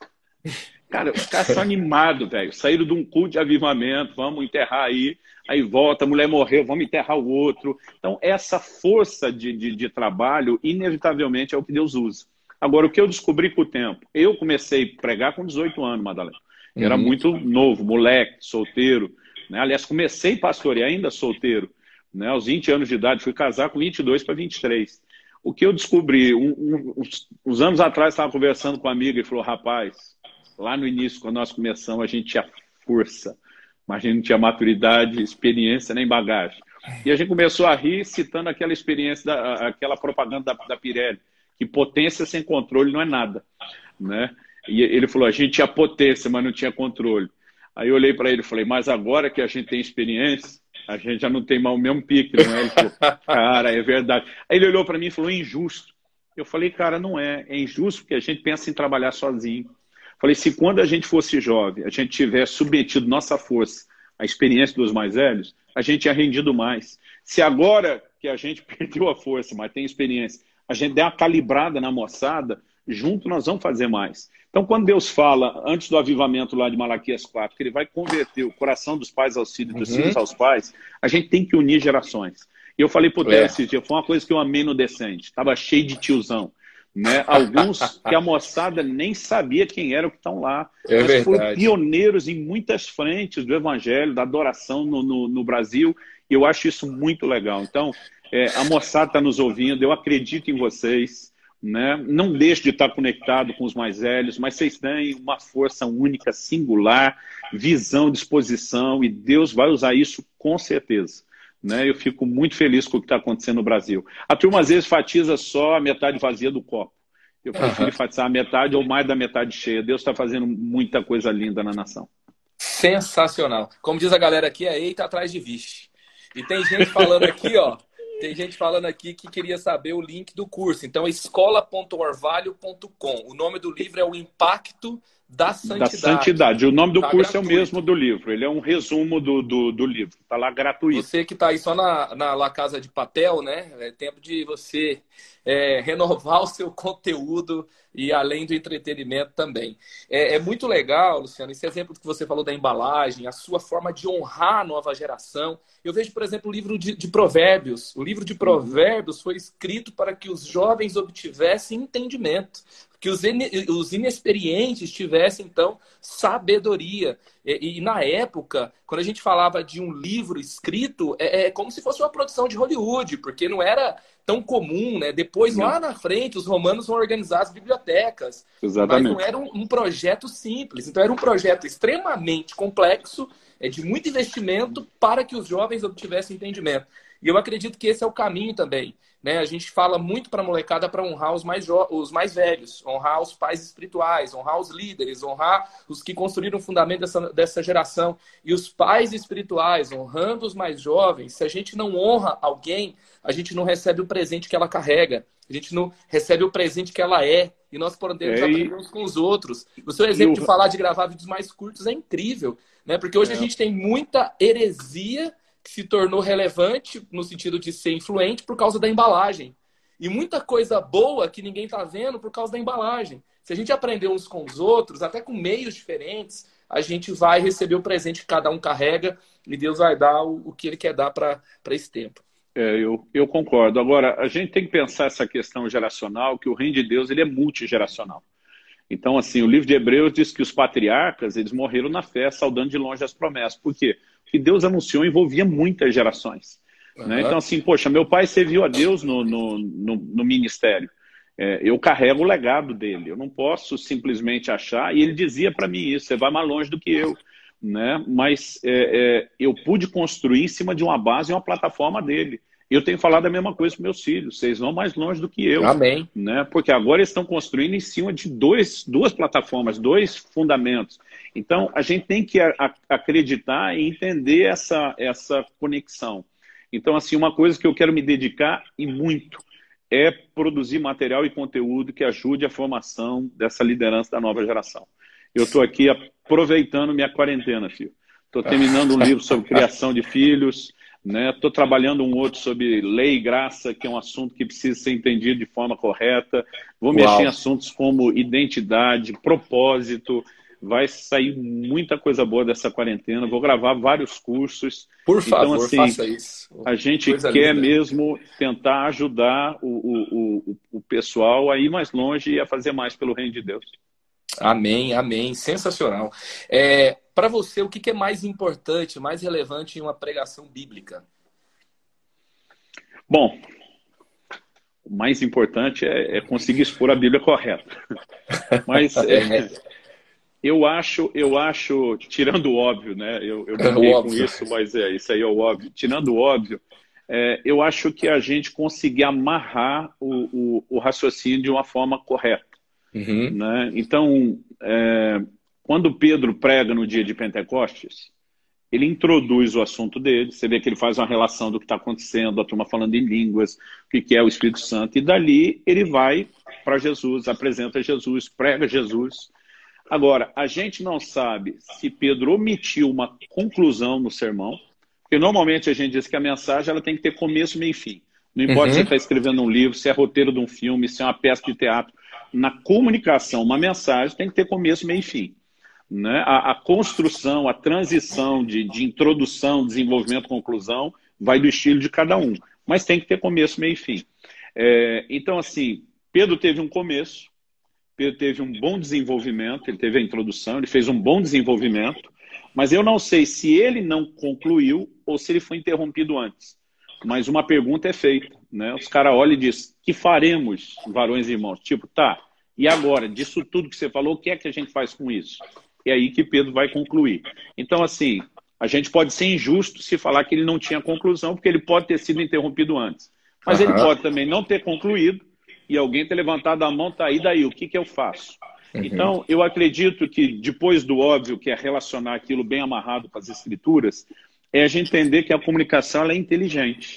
Cara, os caras são animados, velho. Saíram de um culto de avivamento, vamos enterrar aí. Aí volta, a mulher morreu, vamos enterrar o outro. Então, essa força de, de, de trabalho, inevitavelmente, é o que Deus usa. Agora, o que eu descobri com o tempo? Eu comecei a pregar com dezoito anos, Madalena. Eu era uhum. muito novo, moleque, solteiro. Né? Aliás, comecei a pastorear ainda solteiro. Né? Aos vinte anos de idade, fui casar com vinte e dois para vinte e três. O que eu descobri? Um, um, uns, uns anos atrás, estava conversando com uma amiga e falou, rapaz, lá no início, quando nós começamos, a gente tinha força. Mas a gente não tinha maturidade, experiência, nem bagagem. E a gente começou a rir citando aquela experiência, da, aquela propaganda da, da Pirelli, que potência sem controle não é nada. Né? E ele falou, a gente tinha potência, mas não tinha controle. Aí eu olhei para ele e falei, mas agora que a gente tem experiência, a gente já não tem mais o mesmo pique, não é? Ele falou, cara, é verdade. Aí ele olhou para mim e falou, é injusto. Eu falei, cara, não é. É injusto porque a gente pensa em trabalhar sozinho. Falei, se quando a gente fosse jovem, a gente tivesse submetido nossa força à experiência dos mais velhos, a gente tinha rendido mais. Se agora que a gente perdeu a força, mas tem experiência, a gente der uma calibrada na moçada, junto nós vamos fazer mais. Então, quando Deus fala, antes do avivamento lá de Malaquias quatro, que ele vai converter o coração dos pais aos filhos, dos uhum. filhos aos pais, a gente tem que unir gerações. E eu falei pro Té esse dia, foi uma coisa que eu amei no Descende, estava cheio de tiozão. Né? Alguns que a moçada nem sabia quem eram que estão lá. É mas verdade. Foram pioneiros em muitas frentes do evangelho, da adoração no, no, no Brasil, e eu acho isso muito legal. Então, é, a moçada está nos ouvindo, eu acredito em vocês, né? Não deixe de estar conectado com os mais velhos, mas vocês têm uma força única, singular, visão, disposição, e Deus vai usar isso com certeza. Né? Eu fico muito feliz com o que está acontecendo no Brasil. A turma às vezes enfatiza só a metade vazia do copo. Eu prefiro uhum. enfatizar a metade ou mais da metade cheia. Deus está fazendo muita coisa linda na nação. Sensacional. Como diz a galera aqui, é eita atrás de vixe. E tem gente falando aqui, ó, Tem gente falando aqui que queria saber o link do curso. Então, escola ponto orvalho ponto com. O nome do livro é O Impacto da Santidade. Da Santidade. O nome do tá curso gratuito. É o mesmo do livro. Ele é um resumo do, do, do livro. Está lá gratuito. Você que está aí só na, na La Casa de Papel, né? É tempo de você é, renovar o seu conteúdo e além do entretenimento também. É, é muito legal, Luciano, esse exemplo que você falou da embalagem, a sua forma de honrar a nova geração. Eu vejo, por exemplo, o livro de, de Provérbios. O livro de Provérbios foi escrito para que os jovens obtivessem entendimento, que os, os inexperientes tivessem, então, sabedoria. E, e, na época, quando a gente falava de um livro escrito, é, é como se fosse uma produção de Hollywood, porque não era tão comum, né? Depois, não. Lá na frente, os romanos vão organizar as bibliotecas. Exatamente. Mas não era um, um projeto simples. Então, era um projeto extremamente complexo, é, de muito investimento para que os jovens obtivessem entendimento. E eu acredito que esse é o caminho também. Né? A gente fala muito para a molecada para honrar os mais, os mais velhos, honrar os pais espirituais, honrar os líderes, honrar os que construíram o fundamento dessa, dessa geração. E os pais espirituais, honrando os mais jovens, se a gente não honra alguém, a gente não recebe o presente que ela carrega, a gente não recebe o presente que ela é, e nós podemos é, aprender uns com os outros. O seu exemplo eu... de falar de gravar vídeos mais curtos é incrível, né? Porque hoje é. a gente tem muita heresia que se tornou relevante no sentido de ser influente por causa da embalagem. E muita coisa boa que ninguém está vendo por causa da embalagem. Se a gente aprender uns com os outros, até com meios diferentes, a gente vai receber o presente que cada um carrega e Deus vai dar o, o que Ele quer dar para esse tempo. É, eu, eu concordo. Agora, a gente tem que pensar essa questão geracional, que o reino de Deus ele é multigeracional. Então, assim, o livro de Hebreus diz que os patriarcas, eles morreram na fé, saudando de longe as promessas. Por quê? Porque Deus anunciou envolvia muitas gerações. Uhum. Né? Então, assim, poxa, meu pai serviu a Deus no, no, no, no ministério. É, eu carrego o legado dele. Eu não posso simplesmente achar... E ele dizia para mim isso, você vai mais longe do que eu. Né? Mas é, é, eu pude construir em cima de uma base e uma plataforma dele. Eu tenho falado a mesma coisa para meus filhos. Vocês vão mais longe do que eu. Amém. Né? Porque agora eles estão construindo em cima de dois, duas plataformas, dois fundamentos. Então, a gente tem que a, a, acreditar e entender essa, essa conexão. Então, assim, uma coisa que eu quero me dedicar e muito é produzir material e conteúdo que ajude a formação dessa liderança da nova geração. Eu estou aqui aproveitando minha quarentena, filho. Estou terminando um livro sobre criação de filhos. Estou né? trabalhando um outro sobre lei e graça, que é um assunto que precisa ser entendido de forma correta. Vou Uau. mexer em assuntos como identidade, propósito. Vai sair muita coisa boa dessa quarentena. Vou gravar vários cursos. Por favor, então, assim, faça isso. A gente coisa quer linda. mesmo tentar ajudar o, o, o, o pessoal a ir mais longe e a fazer mais pelo reino de Deus. Amém, amém. Sensacional. É, para você, o que é mais importante, mais relevante em uma pregação bíblica? Bom, o mais importante é, é conseguir expor a Bíblia correta. Mas é, eu acho, eu acho, tirando o óbvio, né? Eu, eu brinquei com isso, mas é, isso aí é o óbvio. Tirando o óbvio, é, eu acho que a gente conseguir amarrar o, o, o raciocínio de uma forma correta. Uhum. Né? Então, é, quando Pedro prega no dia de Pentecostes, ele introduz o assunto dele, você vê que ele faz uma relação do que está acontecendo, a turma falando em línguas, o que é o Espírito Santo, e dali ele vai para Jesus, apresenta Jesus, prega Jesus. Agora, a gente não sabe se Pedro omitiu uma conclusão no sermão, porque normalmente a gente diz que a mensagem ela tem que ter começo, meio e fim. Não importa uhum. se você está escrevendo um livro, se é roteiro de um filme, se é uma peça de teatro. Na comunicação, uma mensagem tem que ter começo, meio e fim. Né? A, a construção, a transição de, de introdução, desenvolvimento, conclusão, vai do estilo de cada um. Mas tem que ter começo, meio e fim. É, então, assim, Pedro teve um começo, Pedro teve um bom desenvolvimento, ele teve a introdução, ele fez um bom desenvolvimento, mas eu não sei se ele não concluiu ou se ele foi interrompido antes. Mas uma pergunta é feita, né? Os caras olham e dizem, que faremos, varões e irmãos? Tipo, tá, e agora, disso tudo que você falou, o que é que a gente faz com isso? É aí que Pedro vai concluir. Então, assim, a gente pode ser injusto se falar que ele não tinha conclusão, porque ele pode ter sido interrompido antes. Mas uhum. ele pode também não ter concluído e alguém ter levantado a mão, tá aí, daí, o que que eu faço? Uhum. Então, eu acredito que depois do óbvio, que é relacionar aquilo bem amarrado com as escrituras, é a gente entender que a comunicação ela é inteligente.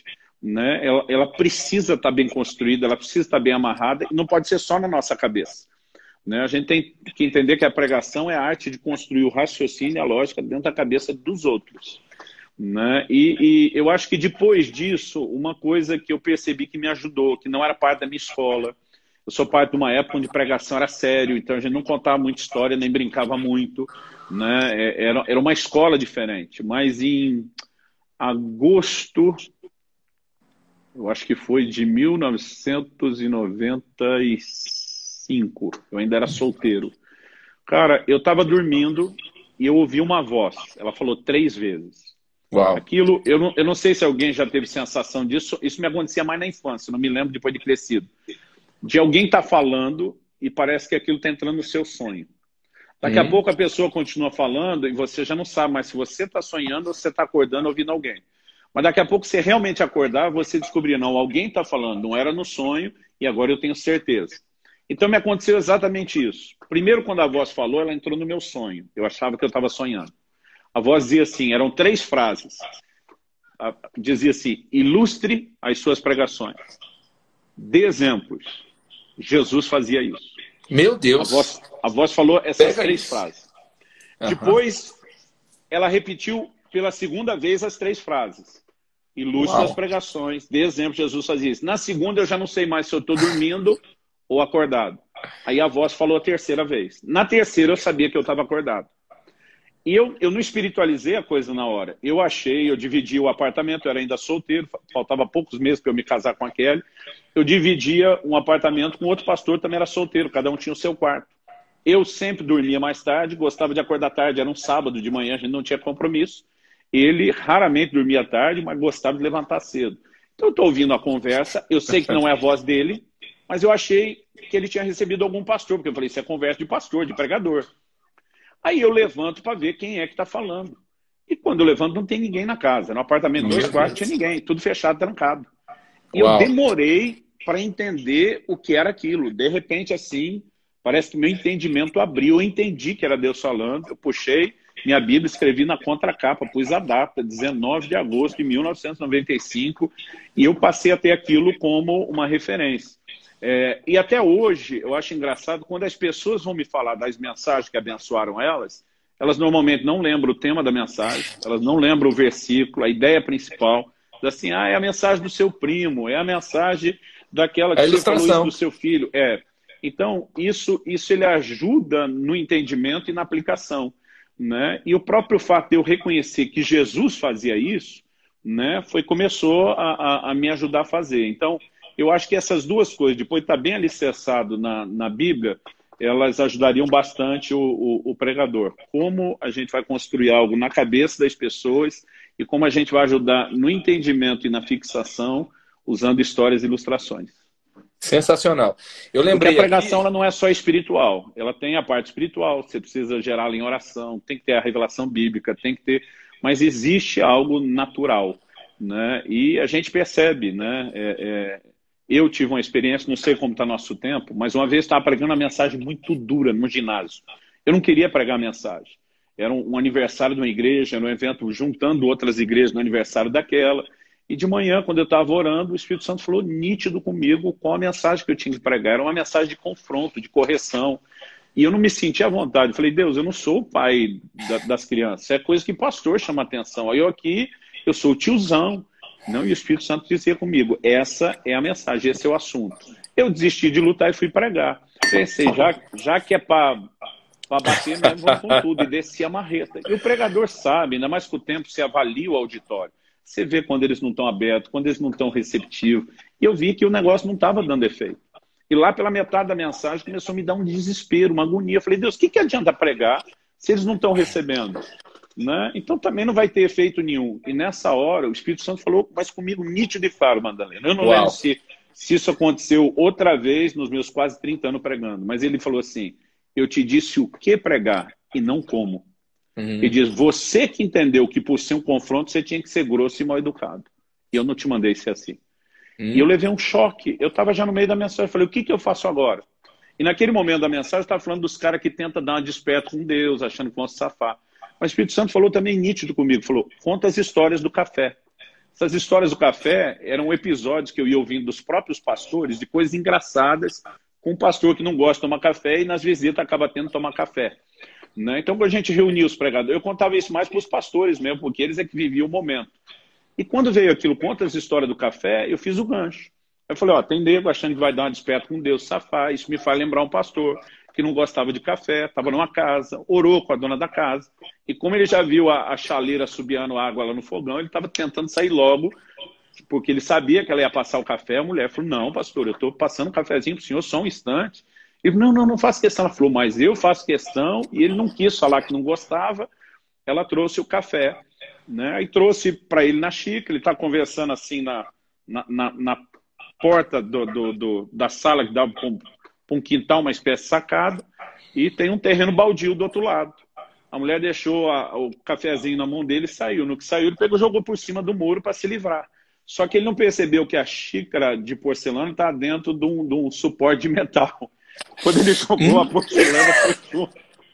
né? Ela, ela precisa estar bem construída, ela precisa estar bem amarrada, e não pode ser só na nossa cabeça, né? A gente tem que entender que a pregação é a arte de construir o raciocínio e a lógica dentro da cabeça dos outros, né? E, e eu acho que depois disso, uma coisa que eu percebi que me ajudou, que não era parte da minha escola, eu sou parte de uma época onde pregação era sério, então a gente não contava muita história, nem brincava muito, né? Era, era uma escola diferente, mas em agosto, eu acho que foi de mil novecentos e noventa e cinco, eu ainda era solteiro. Cara, eu estava dormindo e eu ouvi uma voz, ela falou três vezes. Uau. Aquilo, eu não, eu não sei se alguém já teve sensação disso, isso me acontecia mais na infância, não me lembro depois de crescido. De alguém estar tá falando e parece que aquilo está entrando no seu sonho. Daqui hum. a pouco a pessoa continua falando e você já não sabe mais se você está sonhando ou se você está acordando ouvindo alguém. Mas daqui a pouco você realmente acordar, você descobrir, não, alguém está falando, não era no sonho e agora eu tenho certeza. Então me aconteceu exatamente isso. Primeiro, quando a voz falou, ela entrou no meu sonho. Eu achava que eu estava sonhando. A voz dizia assim, eram três frases. Dizia assim, ilustre as suas pregações. Dê exemplos. Jesus fazia isso. Meu Deus! A voz, a voz falou essas Pega três isso. frases. Uhum. Depois, ela repetiu pela segunda vez as três frases. Ilustre Uau. as pregações. Dê exemplo, Jesus fazia isso. Na segunda, eu já não sei mais se eu estou dormindo ou acordado. Aí a voz falou a terceira vez. Na terceira, eu sabia que eu estava acordado. E eu, eu não espiritualizei a coisa na hora. Eu achei, eu dividi o apartamento, eu era ainda solteiro, faltava poucos meses para eu me casar com a Kelly. Eu dividia um apartamento com outro pastor, também era solteiro, cada um tinha o seu quarto. Eu sempre dormia mais tarde, gostava de acordar tarde, era um sábado de manhã, a gente não tinha compromisso. Ele raramente dormia tarde, mas gostava de levantar cedo. Então eu estou ouvindo a conversa, eu sei que não é a voz dele, mas eu achei que ele tinha recebido algum pastor, porque eu falei, isso é conversa de pastor, de pregador. Aí eu levanto para ver quem é que está falando. E quando eu levanto, não tem ninguém na casa. No apartamento, dois quartos, tinha ninguém. Tudo fechado, trancado. E Uau. eu demorei para entender o que era aquilo. De repente, assim, parece que meu entendimento abriu. Eu entendi que era Deus falando. Eu puxei minha Bíblia, escrevi na contracapa, pus a data, dezenove de agosto de mil novecentos e noventa e cinco. E eu passei a ter aquilo como uma referência. É, e até hoje, eu acho engraçado, quando as pessoas vão me falar das mensagens que abençoaram elas, elas normalmente não lembram o tema da mensagem, elas não lembram o versículo, a ideia principal. Assim, ah, é a mensagem do seu primo, é a mensagem daquela que é você falou isso ilustração do seu filho. É. Então, isso, isso ele ajuda no entendimento e na aplicação, né? E o próprio fato de eu reconhecer que Jesus fazia isso, né, foi, começou a, a, a me ajudar a fazer. Então, eu acho que essas duas coisas, depois de estar bem alicerçado na, na Bíblia, elas ajudariam bastante o, o, o pregador. Como a gente vai construir algo na cabeça das pessoas e como a gente vai ajudar no entendimento e na fixação usando histórias e ilustrações. Sensacional. Eu lembrei Porque a pregação aqui... ela não é só espiritual, ela tem a parte espiritual, você precisa gerá-la em oração, tem que ter a revelação bíblica, tem que ter... Mas existe algo natural, né? E a gente percebe, né? É, é... Eu tive uma experiência, não sei como está nosso tempo, mas uma vez estava pregando uma mensagem muito dura no ginásio. Eu não queria pregar a mensagem. Era um, um aniversário de uma igreja, era um evento juntando outras igrejas no aniversário daquela. E de manhã, quando eu estava orando, o Espírito Santo falou nítido comigo qual a mensagem que eu tinha que pregar. Era uma mensagem de confronto, de correção. E eu não me sentia à vontade. Eu falei, Deus, eu não sou o pai da, das crianças. É coisa que pastor chama atenção. Aí eu aqui, eu sou o tiozão. Não, e o Espírito Santo dizia comigo, essa é a mensagem, esse é o assunto. Eu desisti de lutar e fui pregar. Pensei, já, já que é para bater mesmo, vamos com tudo. E desci a marreta. E o pregador sabe, ainda mais com o tempo, você avalia o auditório. Você vê quando eles não estão abertos, quando eles não estão receptivos. E eu vi que o negócio não estava dando efeito. E lá pela metade da mensagem começou a me dar um desespero, uma agonia. Eu falei, Deus, o que, que adianta pregar se eles não estão recebendo? Né? Então também não vai ter efeito nenhum. E nessa hora o Espírito Santo falou, mas comigo nítido e claro, Madalena. Eu não lembro se, se isso aconteceu outra vez nos meus quase trinta anos pregando, mas ele falou assim, eu te disse o que pregar e não como. Uhum. Ele diz, você que entendeu que por ser um confronto você tinha que ser grosso e mal educado. E eu não te mandei ser assim. Uhum. E eu levei um choque. Eu estava já no meio da mensagem, falei, o que, que eu faço agora? E naquele momento da mensagem eu estava falando dos caras que tentam dar uma desperta com Deus, achando que vão se safar. Mas o Espírito Santo falou também nítido comigo, falou, conta as histórias do café. Essas histórias do café eram episódios que eu ia ouvindo dos próprios pastores, de coisas engraçadas, com um pastor que não gosta de tomar café e nas visitas acaba tendo que tomar café. Né? Então, quando a gente reunia os pregadores, eu contava isso mais para os pastores mesmo, porque eles é que viviam o momento. E quando veio aquilo, conta essa história do café, eu fiz o gancho. Eu falei, ó, tem nego achando que vai dar uma desperta com Deus, safar. Isso me faz lembrar um pastor que não gostava de café, estava numa casa, orou com a dona da casa. E como ele já viu a, a chaleira subiando água lá no fogão, ele estava tentando sair logo, porque ele sabia que ela ia passar o café. A mulher falou, não, pastor, eu estou passando um cafezinho para o senhor só um instante. Ele falou, não, não, não faço questão. Ela falou, mas eu faço questão. E ele não quis falar que não gostava. Ela trouxe o café, né? E trouxe para ele na xícara. Ele está conversando assim na, na, na, na porta do, do, do, da sala que dá para um, um quintal, uma espécie de sacada. E tem um terreno baldio do outro lado. A mulher deixou a, o cafezinho na mão dele e saiu. No que saiu, ele pegou e jogou por cima do muro para se livrar. Só que ele não percebeu que a xícara de porcelana está dentro de um, de um suporte de metal. Quando ele jogou a porcelana, foi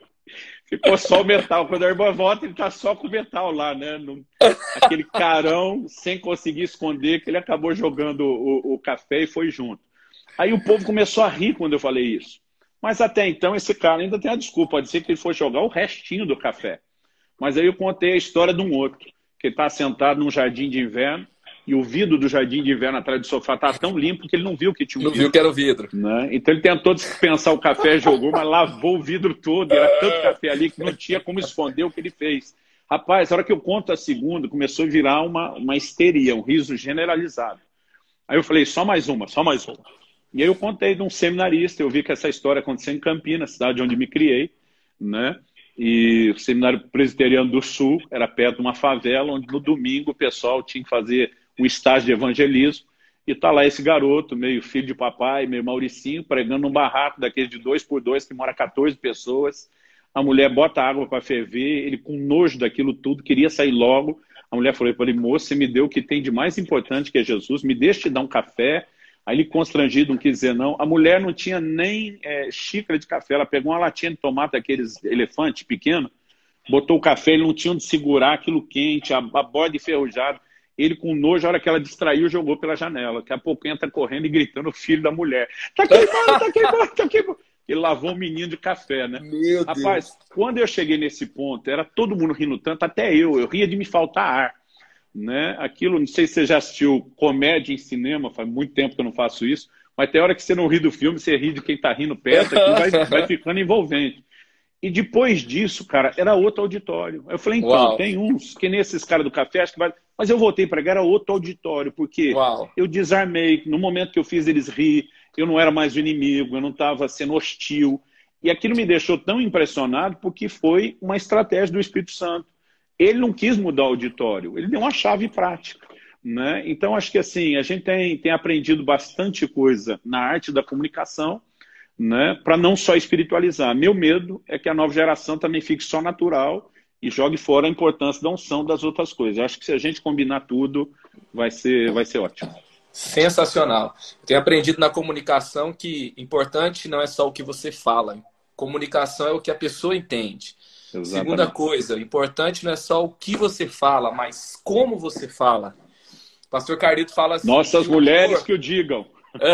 ficou só o metal. Quando a irmã volta, ele está só com o metal lá, né? No, aquele carão, sem conseguir esconder, que ele acabou jogando o, o café e foi junto. Aí o povo começou a rir quando eu falei isso. Mas até então, esse cara ainda tem a desculpa. Pode ser que ele foi jogar o restinho do café. Mas aí eu contei a história de um outro, que está sentado num jardim de inverno, e o vidro do jardim de inverno atrás do sofá está tão limpo que ele não viu que tinha um não vidro. Não viu que era o vidro. Né? Então ele tentou dispensar o café, jogou, mas lavou o vidro todo. Era tanto café ali que não tinha como esconder o que ele fez. Rapaz, na hora que eu conto a segunda, começou a virar uma, uma histeria, um riso generalizado. Aí eu falei, só mais uma, só mais uma. E aí eu contei de um seminarista, eu vi que essa história aconteceu em Campinas, cidade onde me criei, né? E o Seminário Presbiteriano do Sul era perto de uma favela, onde no domingo o pessoal tinha que fazer um estágio de evangelismo, e tá lá esse garoto, meio filho de papai, meio Mauricinho, pregando num barraco daquele de dois por dois, que mora quatorze pessoas. A mulher bota água para ferver, ele com nojo daquilo tudo, queria sair logo. A mulher falou para ele, moço, você me deu o que tem de mais importante, que é Jesus, me deixa te dar um café. Aí ele, constrangido, não quis dizer não. A mulher não tinha nem é, xícara de café, ela pegou uma latinha de tomate, aqueles elefantes pequenos, botou o café, ele não tinha onde segurar aquilo quente, a, a borda enferrujada. Ele, com nojo, a hora que ela distraiu, jogou pela janela. Daqui a pouco entra correndo e gritando o filho da mulher. Tá queimando, tá queimando, tá queimando. Ele lavou um menino de café, né? Meu Rapaz, Deus. Quando eu cheguei nesse ponto, era todo mundo rindo tanto, até eu. Eu ria de me faltar ar. Né? Aquilo, não sei se você já assistiu comédia em cinema, faz muito tempo que eu não faço isso, mas tem hora que você não ri do filme, você ri de quem tá rindo perto, aquilo vai, vai ficando envolvente. E depois disso, cara, era outro auditório. Eu falei, então, Uau. Tem uns, que nem esses caras do café, acho que vai... Mas eu voltei para cá, era outro auditório, porque Uau. Eu desarmei. No momento que eu fiz eles rir, eu não era mais o inimigo, eu não estava sendo hostil. E aquilo me deixou tão impressionado, porque foi uma estratégia do Espírito Santo. Ele não quis mudar o auditório, ele deu uma chave prática. Né? Então, acho que assim, a gente tem, tem aprendido bastante coisa na arte da comunicação, né, para não só espiritualizar. Meu medo é que a nova geração também fique só natural e jogue fora a importância da unção das outras coisas. Eu acho que se a gente combinar tudo, vai ser, vai ser ótimo. Sensacional. Eu tenho aprendido na comunicação que importante não é só o que você fala. Comunicação é o que a pessoa entende. Exatamente. Segunda coisa, importante não é só o que você fala, mas como você fala. O pastor Carlito fala assim... Nossas mulheres amor... que o digam.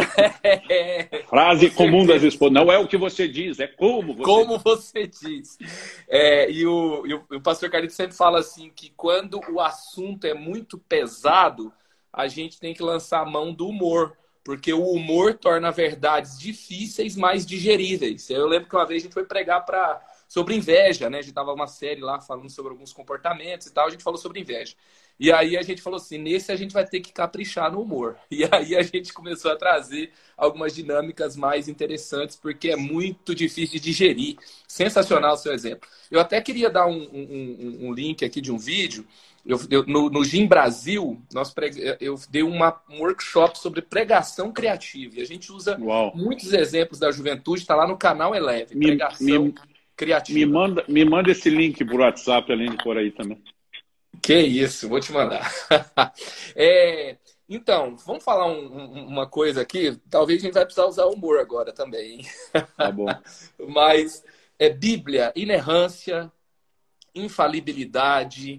Frase comum das esposas. Não é o que você diz, é como você como diz. Você diz. É, e, o, e o pastor Carlito sempre fala assim que quando o assunto é muito pesado, a gente tem que lançar a mão do humor, porque o humor torna verdades difíceis mais digeríveis. Eu lembro que uma vez a gente foi pregar para sobre inveja, né? A gente tava uma série lá falando sobre alguns comportamentos e tal, a gente falou sobre inveja. E aí a gente falou assim, nesse a gente vai ter que caprichar no humor. E aí a gente começou a trazer algumas dinâmicas mais interessantes, porque é muito difícil de digerir. Sensacional o seu exemplo. Eu até queria dar um, um, um link aqui de um vídeo. Eu, eu, no, no Gym Brasil, nós preg... eu dei uma, um workshop sobre pregação criativa. E a gente usa Uau. muitos exemplos da juventude, está lá no canal Eleve. Me, pregação me, criativa. Me manda, me manda esse link por WhatsApp, além de por aí também. Que isso, vou te mandar. é, então, vamos falar um, um, uma coisa aqui. Talvez a gente vai precisar usar humor agora também. Hein? Tá bom. Mas é Bíblia, inerrância, infalibilidade,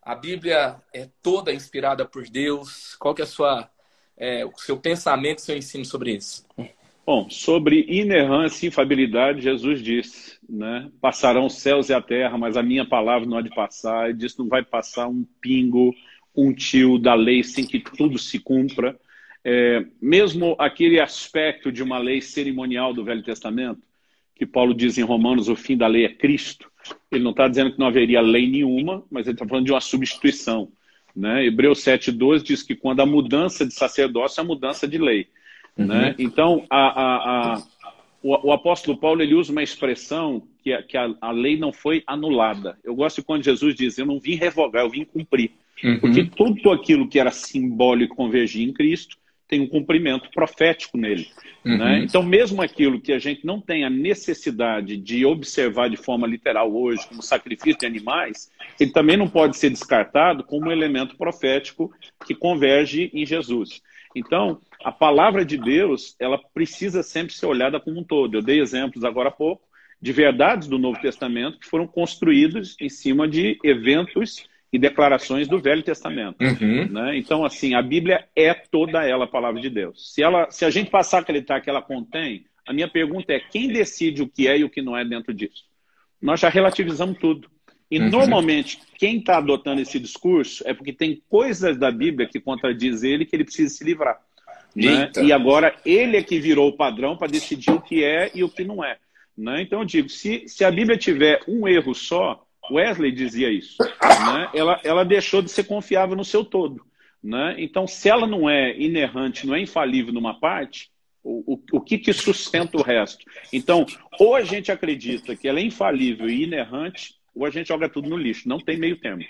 A Bíblia é toda inspirada por Deus. Qual que é a sua, é, o seu pensamento, o seu ensino sobre isso? Bom, sobre inerrância e infabilidade, Jesus disse, né? Passarão os céus e a terra, mas a minha palavra não há de passar. Ele disse, não vai passar um pingo, um tio da lei sem que tudo se cumpra. É, mesmo aquele aspecto de uma lei cerimonial do Velho Testamento, que Paulo diz em Romanos, o fim da lei é Cristo, ele não está dizendo que não haveria lei nenhuma, mas ele está falando de uma substituição, né? Hebreus sete, doze diz que quando a mudança de sacerdócio é a mudança de lei. Uhum. Né? Então, a, a, a, o, o apóstolo Paulo ele usa uma expressão que, a, que a, a lei não foi anulada. Eu gosto de quando Jesus diz, eu não vim revogar, eu vim cumprir. Uhum. Porque tudo aquilo que era simbólico e convergia em Cristo tem um cumprimento profético nele. Uhum. Né? Então, mesmo aquilo que a gente não tem a necessidade de observar de forma literal hoje, como sacrifício de animais, ele também não pode ser descartado como um elemento profético que converge em Jesus. Então, a palavra de Deus, ela precisa sempre ser olhada como um todo. Eu dei exemplos agora há pouco de verdades do Novo Testamento que foram construídas em cima de eventos e declarações do Velho Testamento. Uhum. Né? Então, assim, a Bíblia é toda ela a palavra de Deus. Se, ela, se a gente passar a acreditar que ela contém, a minha pergunta é, quem decide o que é e o que não é dentro disso? Nós já relativizamos tudo. E, uhum. normalmente, quem está adotando esse discurso é porque tem coisas da Bíblia que contradiz ele que ele precisa se livrar. Né? E agora, ele é que virou o padrão para decidir o que é e o que não é. Né? Então, eu digo, se, se a Bíblia tiver um erro só, Wesley dizia isso, né? ela, ela deixou de ser confiável no seu todo. Né? Então, se ela não é inerrante, não é infalível numa parte, o, o, o que, que sustenta o resto? Então, ou a gente acredita que ela é infalível e inerrante, ou a gente joga tudo no lixo. Não tem meio termo.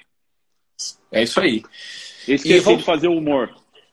É isso aí. Eu esqueci vamos... de fazer o humor.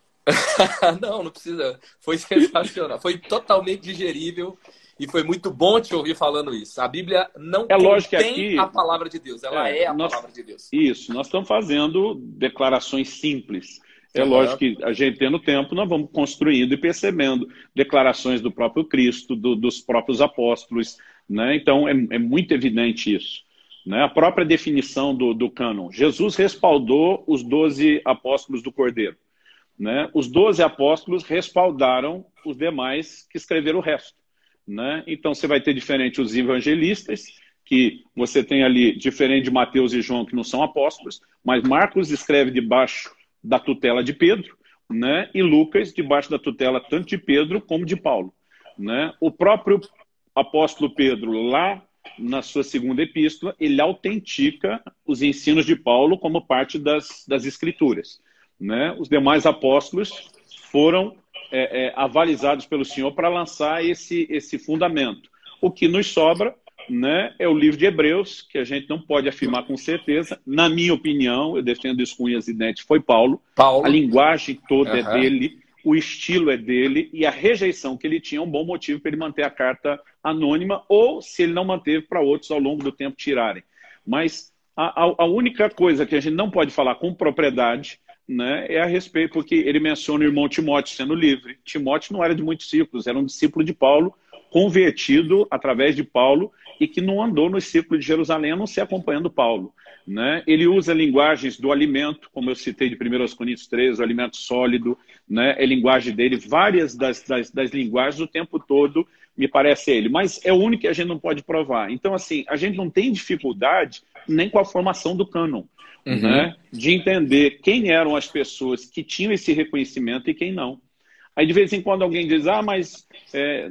Não, não precisa. Foi sensacional. Foi totalmente digerível. E foi muito bom te ouvir falando isso. A Bíblia não é lógico que tem aqui, a palavra de Deus. Ela é, é a nós, palavra de Deus. Isso. Nós estamos fazendo declarações simples. É uhum. lógico que a gente, tendo tempo, nós vamos construindo e percebendo declarações do próprio Cristo, do, dos próprios apóstolos. Né? Então, é, é muito evidente isso. Né? A própria definição do, do cânon. Jesus respaldou os doze apóstolos do Cordeiro. Né? Os doze apóstolos respaldaram os demais que escreveram o resto. Né? Então você vai ter diferente os evangelistas, que você tem ali, diferente de Mateus e João, que não são apóstolos, mas Marcos escreve debaixo da tutela de Pedro, né? E Lucas debaixo da tutela tanto de Pedro como de Paulo. Né? O próprio apóstolo Pedro, lá na sua segunda epístola, ele autentica os ensinos de Paulo como parte das, das escrituras. Né? Os demais apóstolos foram é, é, avalizados pelo Senhor para lançar esse, esse fundamento. O que nos sobra, né, é o livro de Hebreus, que a gente não pode afirmar com certeza. Na minha opinião, eu defendo isso com unhas e dentes, foi Paulo. Paulo. A linguagem toda uhum. é dele, o estilo é dele, e a rejeição que ele tinha é um bom motivo para ele manter a carta anônima, ou, se ele não manteve, para outros ao longo do tempo tirarem. Mas a, a, a única coisa que a gente não pode falar com propriedade, né, é a respeito, porque ele menciona o irmão Timóteo sendo livre. Timóteo não era de muitos círculos, era um discípulo de Paulo, convertido através de Paulo, e que não andou no círculo de Jerusalém, a não ser acompanhando Paulo. Né? Ele usa linguagens do alimento, como eu citei de primeira Coríntios treze, o alimento sólido, né? É linguagem dele, várias das, das, das linguagens o tempo todo, me parece ele. Mas é o único que a gente não pode provar. Então, assim, a gente não tem dificuldade nem com a formação do cânon. Uhum. Né? De entender quem eram as pessoas que tinham esse reconhecimento e quem não. Aí, de vez em quando, alguém diz, ah, mas é,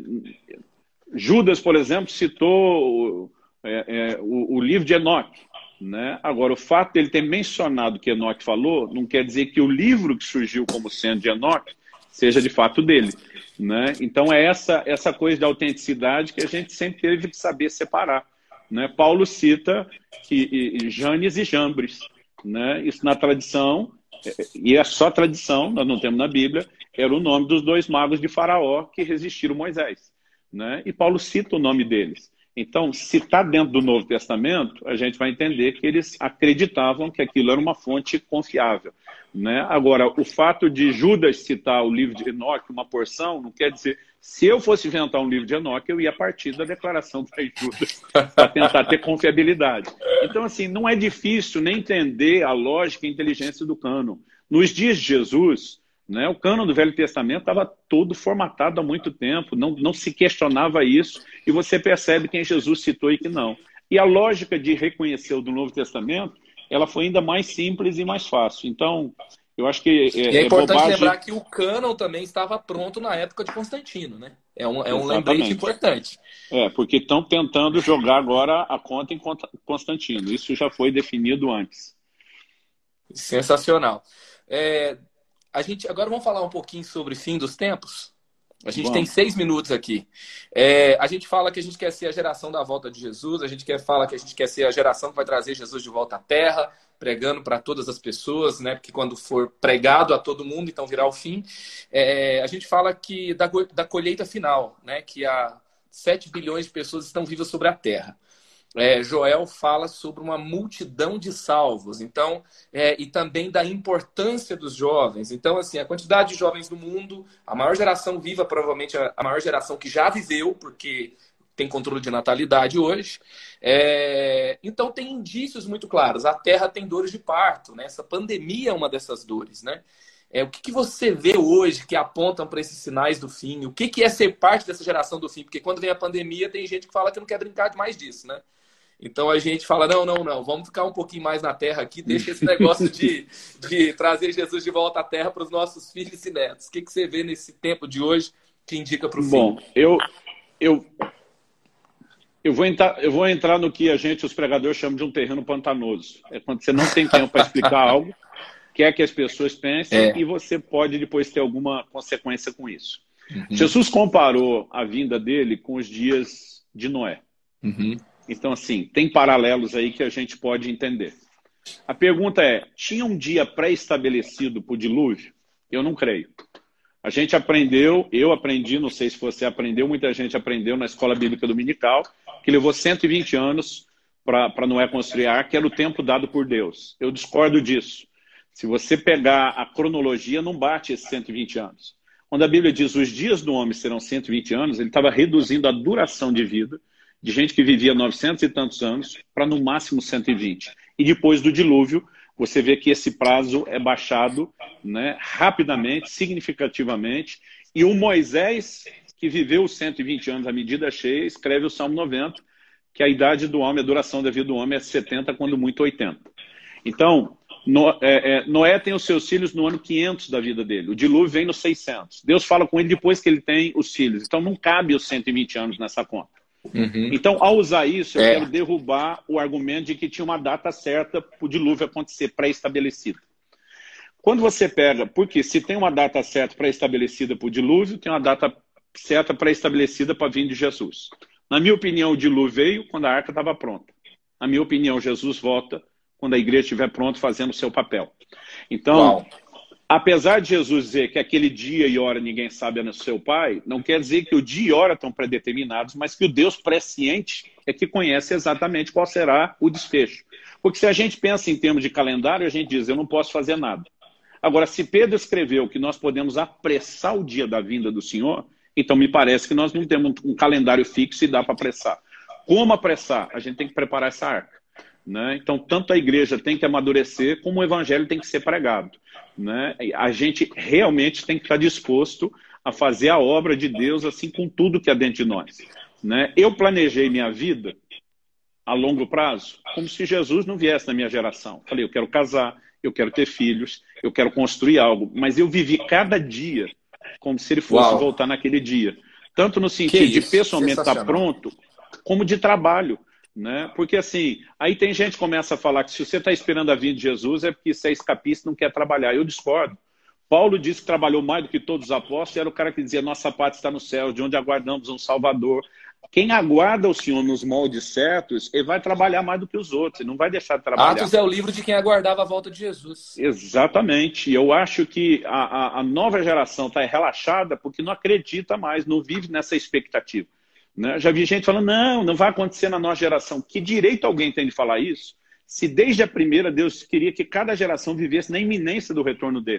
Judas, por exemplo, citou é, é, o, o livro de Enoque. Né? Agora, o fato de ele ter mencionado o que Enoque falou, não quer dizer que o livro que surgiu como sendo de Enoque seja de fato dele. Né? Então, é essa, essa coisa de autenticidade que a gente sempre teve que saber separar. Né? Paulo cita que, e, Janes e Jambres. Né? Isso na tradição, e é só tradição, nós não temos na Bíblia, era o nome dos dois magos de Faraó que resistiram a Moisés. Né? E Paulo cita o nome deles. Então, se está dentro do Novo Testamento, a gente vai entender que eles acreditavam que aquilo era uma fonte confiável. Né? Agora, o fato de Judas citar o livro de Enoque, uma porção, não quer dizer Se eu fosse inventar um livro de Enoque, eu ia partir da declaração de Judas para tentar ter confiabilidade. Então, assim, não é difícil nem entender a lógica e a inteligência do cânon. Nos dias de Jesus, né, o cânon do Velho Testamento estava todo formatado há muito tempo, não, não se questionava isso, e você percebe quem Jesus citou e que não. E a lógica de reconhecer o do Novo Testamento, ela foi ainda mais simples e mais fácil. Então, eu acho que é, e é, é importante bobagem... lembrar que o cânon também estava pronto na época de Constantino, né? É um, é um lembrete importante. É, porque estão tentando jogar agora a conta em Constantino. Isso já foi definido antes. Sensacional. É, a gente, agora vamos falar um pouquinho sobre fim dos tempos? A gente Vamos. tem seis minutos aqui. É, a gente fala que a gente quer ser a geração da volta de Jesus, a gente quer fala que a gente quer ser a geração que vai trazer Jesus de volta à Terra, pregando para todas as pessoas, né? Porque quando for pregado a todo mundo, então virá o fim. É, a gente fala que da, da colheita final, né? Que há sete bilhões de pessoas estão vivas sobre a Terra. É, Joel fala sobre uma multidão de salvos, então, é, e também da importância dos jovens. Então, assim, a quantidade de jovens no mundo, a maior geração viva, provavelmente a, a maior geração que já viveu, porque tem controle de natalidade hoje. É, então, tem indícios muito claros. A Terra tem dores de parto, né? Essa pandemia é uma dessas dores, né? É, o que, que você vê hoje que apontam para esses sinais do fim? O que, que é ser parte dessa geração do fim? Porque quando vem a pandemia, tem gente que fala que não quer brincar mais disso, né? Então a gente fala, não, não, não, vamos ficar um pouquinho mais na Terra aqui, deixa esse negócio de, de trazer Jesus de volta à Terra para os nossos filhos e netos. O que, que você vê nesse tempo de hoje que indica para o fim? Bom, eu, eu, eu, vou entrar, eu vou entrar no que a gente, os pregadores, chamam de um terreno pantanoso. É quando você não tem tempo para explicar algo, quer que as pessoas pensem é. e você pode depois ter alguma consequência com isso. Uhum. Jesus comparou a vinda dele com os dias de Noé. Uhum. Então, assim, tem paralelos aí que a gente pode entender. A pergunta é, tinha um dia pré-estabelecido para o dilúvio? Eu não creio. A gente aprendeu, eu aprendi, não sei se você aprendeu, muita gente aprendeu na Escola Bíblica Dominical, que levou cento e vinte anos para Noé construir a arca, que era o tempo dado por Deus. Eu discordo disso. Se você pegar a cronologia, não bate esses cento e vinte anos. Quando a Bíblia diz os dias do homem serão cento e vinte anos, ele estava reduzindo a duração de vida de gente que vivia novecentos e tantos anos para no máximo cento e vinte. E depois do dilúvio, você vê que esse prazo é baixado, né, rapidamente, significativamente. E o Moisés, que viveu os cento e vinte anos à medida cheia, escreve o Salmo noventa, que a idade do homem, a duração da vida do homem é setenta, quando muito oitenta. Então, no, é, é, Noé tem os seus filhos no ano quinhentos da vida dele. O dilúvio vem no seiscentos. Deus fala com ele depois que ele tem os filhos. Então, não cabe os cento e vinte anos nessa conta. Uhum. Então, ao usar isso, eu é. quero derrubar o argumento de que tinha uma data certa para o dilúvio acontecer, pré-estabelecida. Quando você pega, porque se tem uma data certa pré-estabelecida para o dilúvio, tem uma data certa pré-estabelecida para a vinda de Jesus. Na minha opinião, o dilúvio veio quando a arca estava pronta. Na minha opinião, Jesus volta quando a igreja estiver pronta fazendo o seu papel. Então, Uau. apesar de Jesus dizer que aquele dia e hora ninguém sabe a não ser o Pai, não quer dizer que o dia e hora estão predeterminados, mas que o Deus presciente é que conhece exatamente qual será o desfecho. Porque se a gente pensa em termos de calendário, a gente diz, eu não posso fazer nada. Agora, se Pedro escreveu que nós podemos apressar o dia da vinda do Senhor, então me parece que nós não temos um calendário fixo e dá para apressar. Como apressar? A gente tem que preparar essa arca. Né? Então, tanto a igreja tem que amadurecer, como o evangelho tem que ser pregado. Né? A gente realmente tem que estar disposto a fazer a obra de Deus assim com tudo que há dentro de nós. Né? Eu planejei minha vida a longo prazo como se Jesus não viesse na minha geração. Falei, eu quero casar, eu quero ter filhos, eu quero construir algo, mas eu vivi cada dia como se ele fosse Uau. voltar naquele dia. Tanto no sentido de pessoalmente estar pronto, como de trabalho. Né? Porque assim, aí tem gente que começa a falar que se você está esperando a vinda de Jesus é porque você é escapista e não quer trabalhar. Eu discordo. Paulo disse que trabalhou mais do que todos os apóstolos, era o cara que dizia, nossa pátria está no céu, de onde aguardamos um Salvador. Quem aguarda o Senhor nos moldes certos, ele vai trabalhar mais do que os outros, ele não vai deixar de trabalhar. Atos é o livro de quem aguardava a volta de Jesus. Exatamente. Eu acho que a, a, a nova geração está relaxada porque não acredita mais, não vive nessa expectativa. Né? Já vi gente falando, não, não vai acontecer na nossa geração. Que direito alguém tem de falar isso? Se desde a primeira Deus queria que cada geração vivesse na iminência do retorno dele.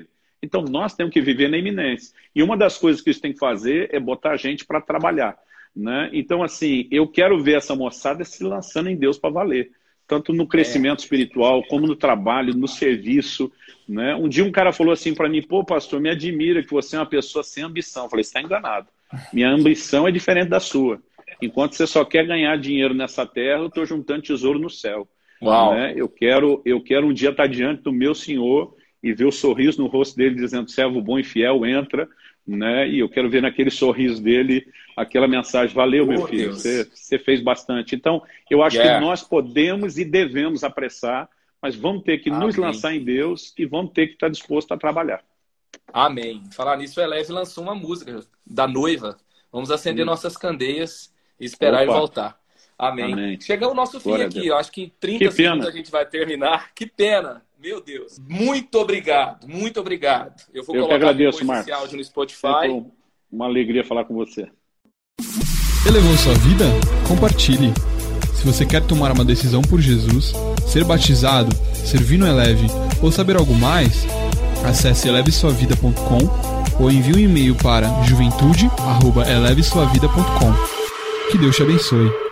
Então, nós temos que viver na iminência. E uma das coisas que isso tem que fazer é botar a gente para trabalhar, né? Então, assim, eu quero ver essa moçada se lançando em Deus para valer. Tanto no crescimento é. espiritual, como no trabalho, no serviço, né? Um dia um cara falou assim para mim, pô, pastor, me admira que você é uma pessoa sem ambição. Eu falei, você está enganado. Minha ambição é diferente da sua. Enquanto você só quer ganhar dinheiro nessa terra, eu estou juntando tesouro no céu. Uau. Né? Eu quero, eu quero um dia estar diante do meu Senhor e ver o sorriso no rosto dele dizendo, servo bom e fiel, entra, né? E eu quero ver naquele sorriso dele aquela mensagem, valeu, meu oh, filho, você, você fez bastante. Então, eu acho yeah. que nós podemos e devemos apressar, mas vamos ter que Amém. nos lançar em Deus e vamos ter que estar disposto a trabalhar. Amém. Falar nisso, o Eleve lançou uma música da noiva. Vamos acender hum. nossas candeias e esperar Opa. ele voltar. Amém. Amém. Chega o nosso fim aqui. Eu acho que em trinta que segundos a gente vai terminar. Que pena. Meu Deus. Muito obrigado. Muito obrigado. Eu vou Eu colocar que agradeço, depois esse áudio no Spotify. Uma alegria falar com você. Elevou sua vida? Compartilhe. Se você quer tomar uma decisão por Jesus, ser batizado, servir no Eleve ou saber algo mais, acesse eleve sua vida ponto com ou envie um e-mail para juventude arroba eleve sua vida ponto com. Que Deus te abençoe.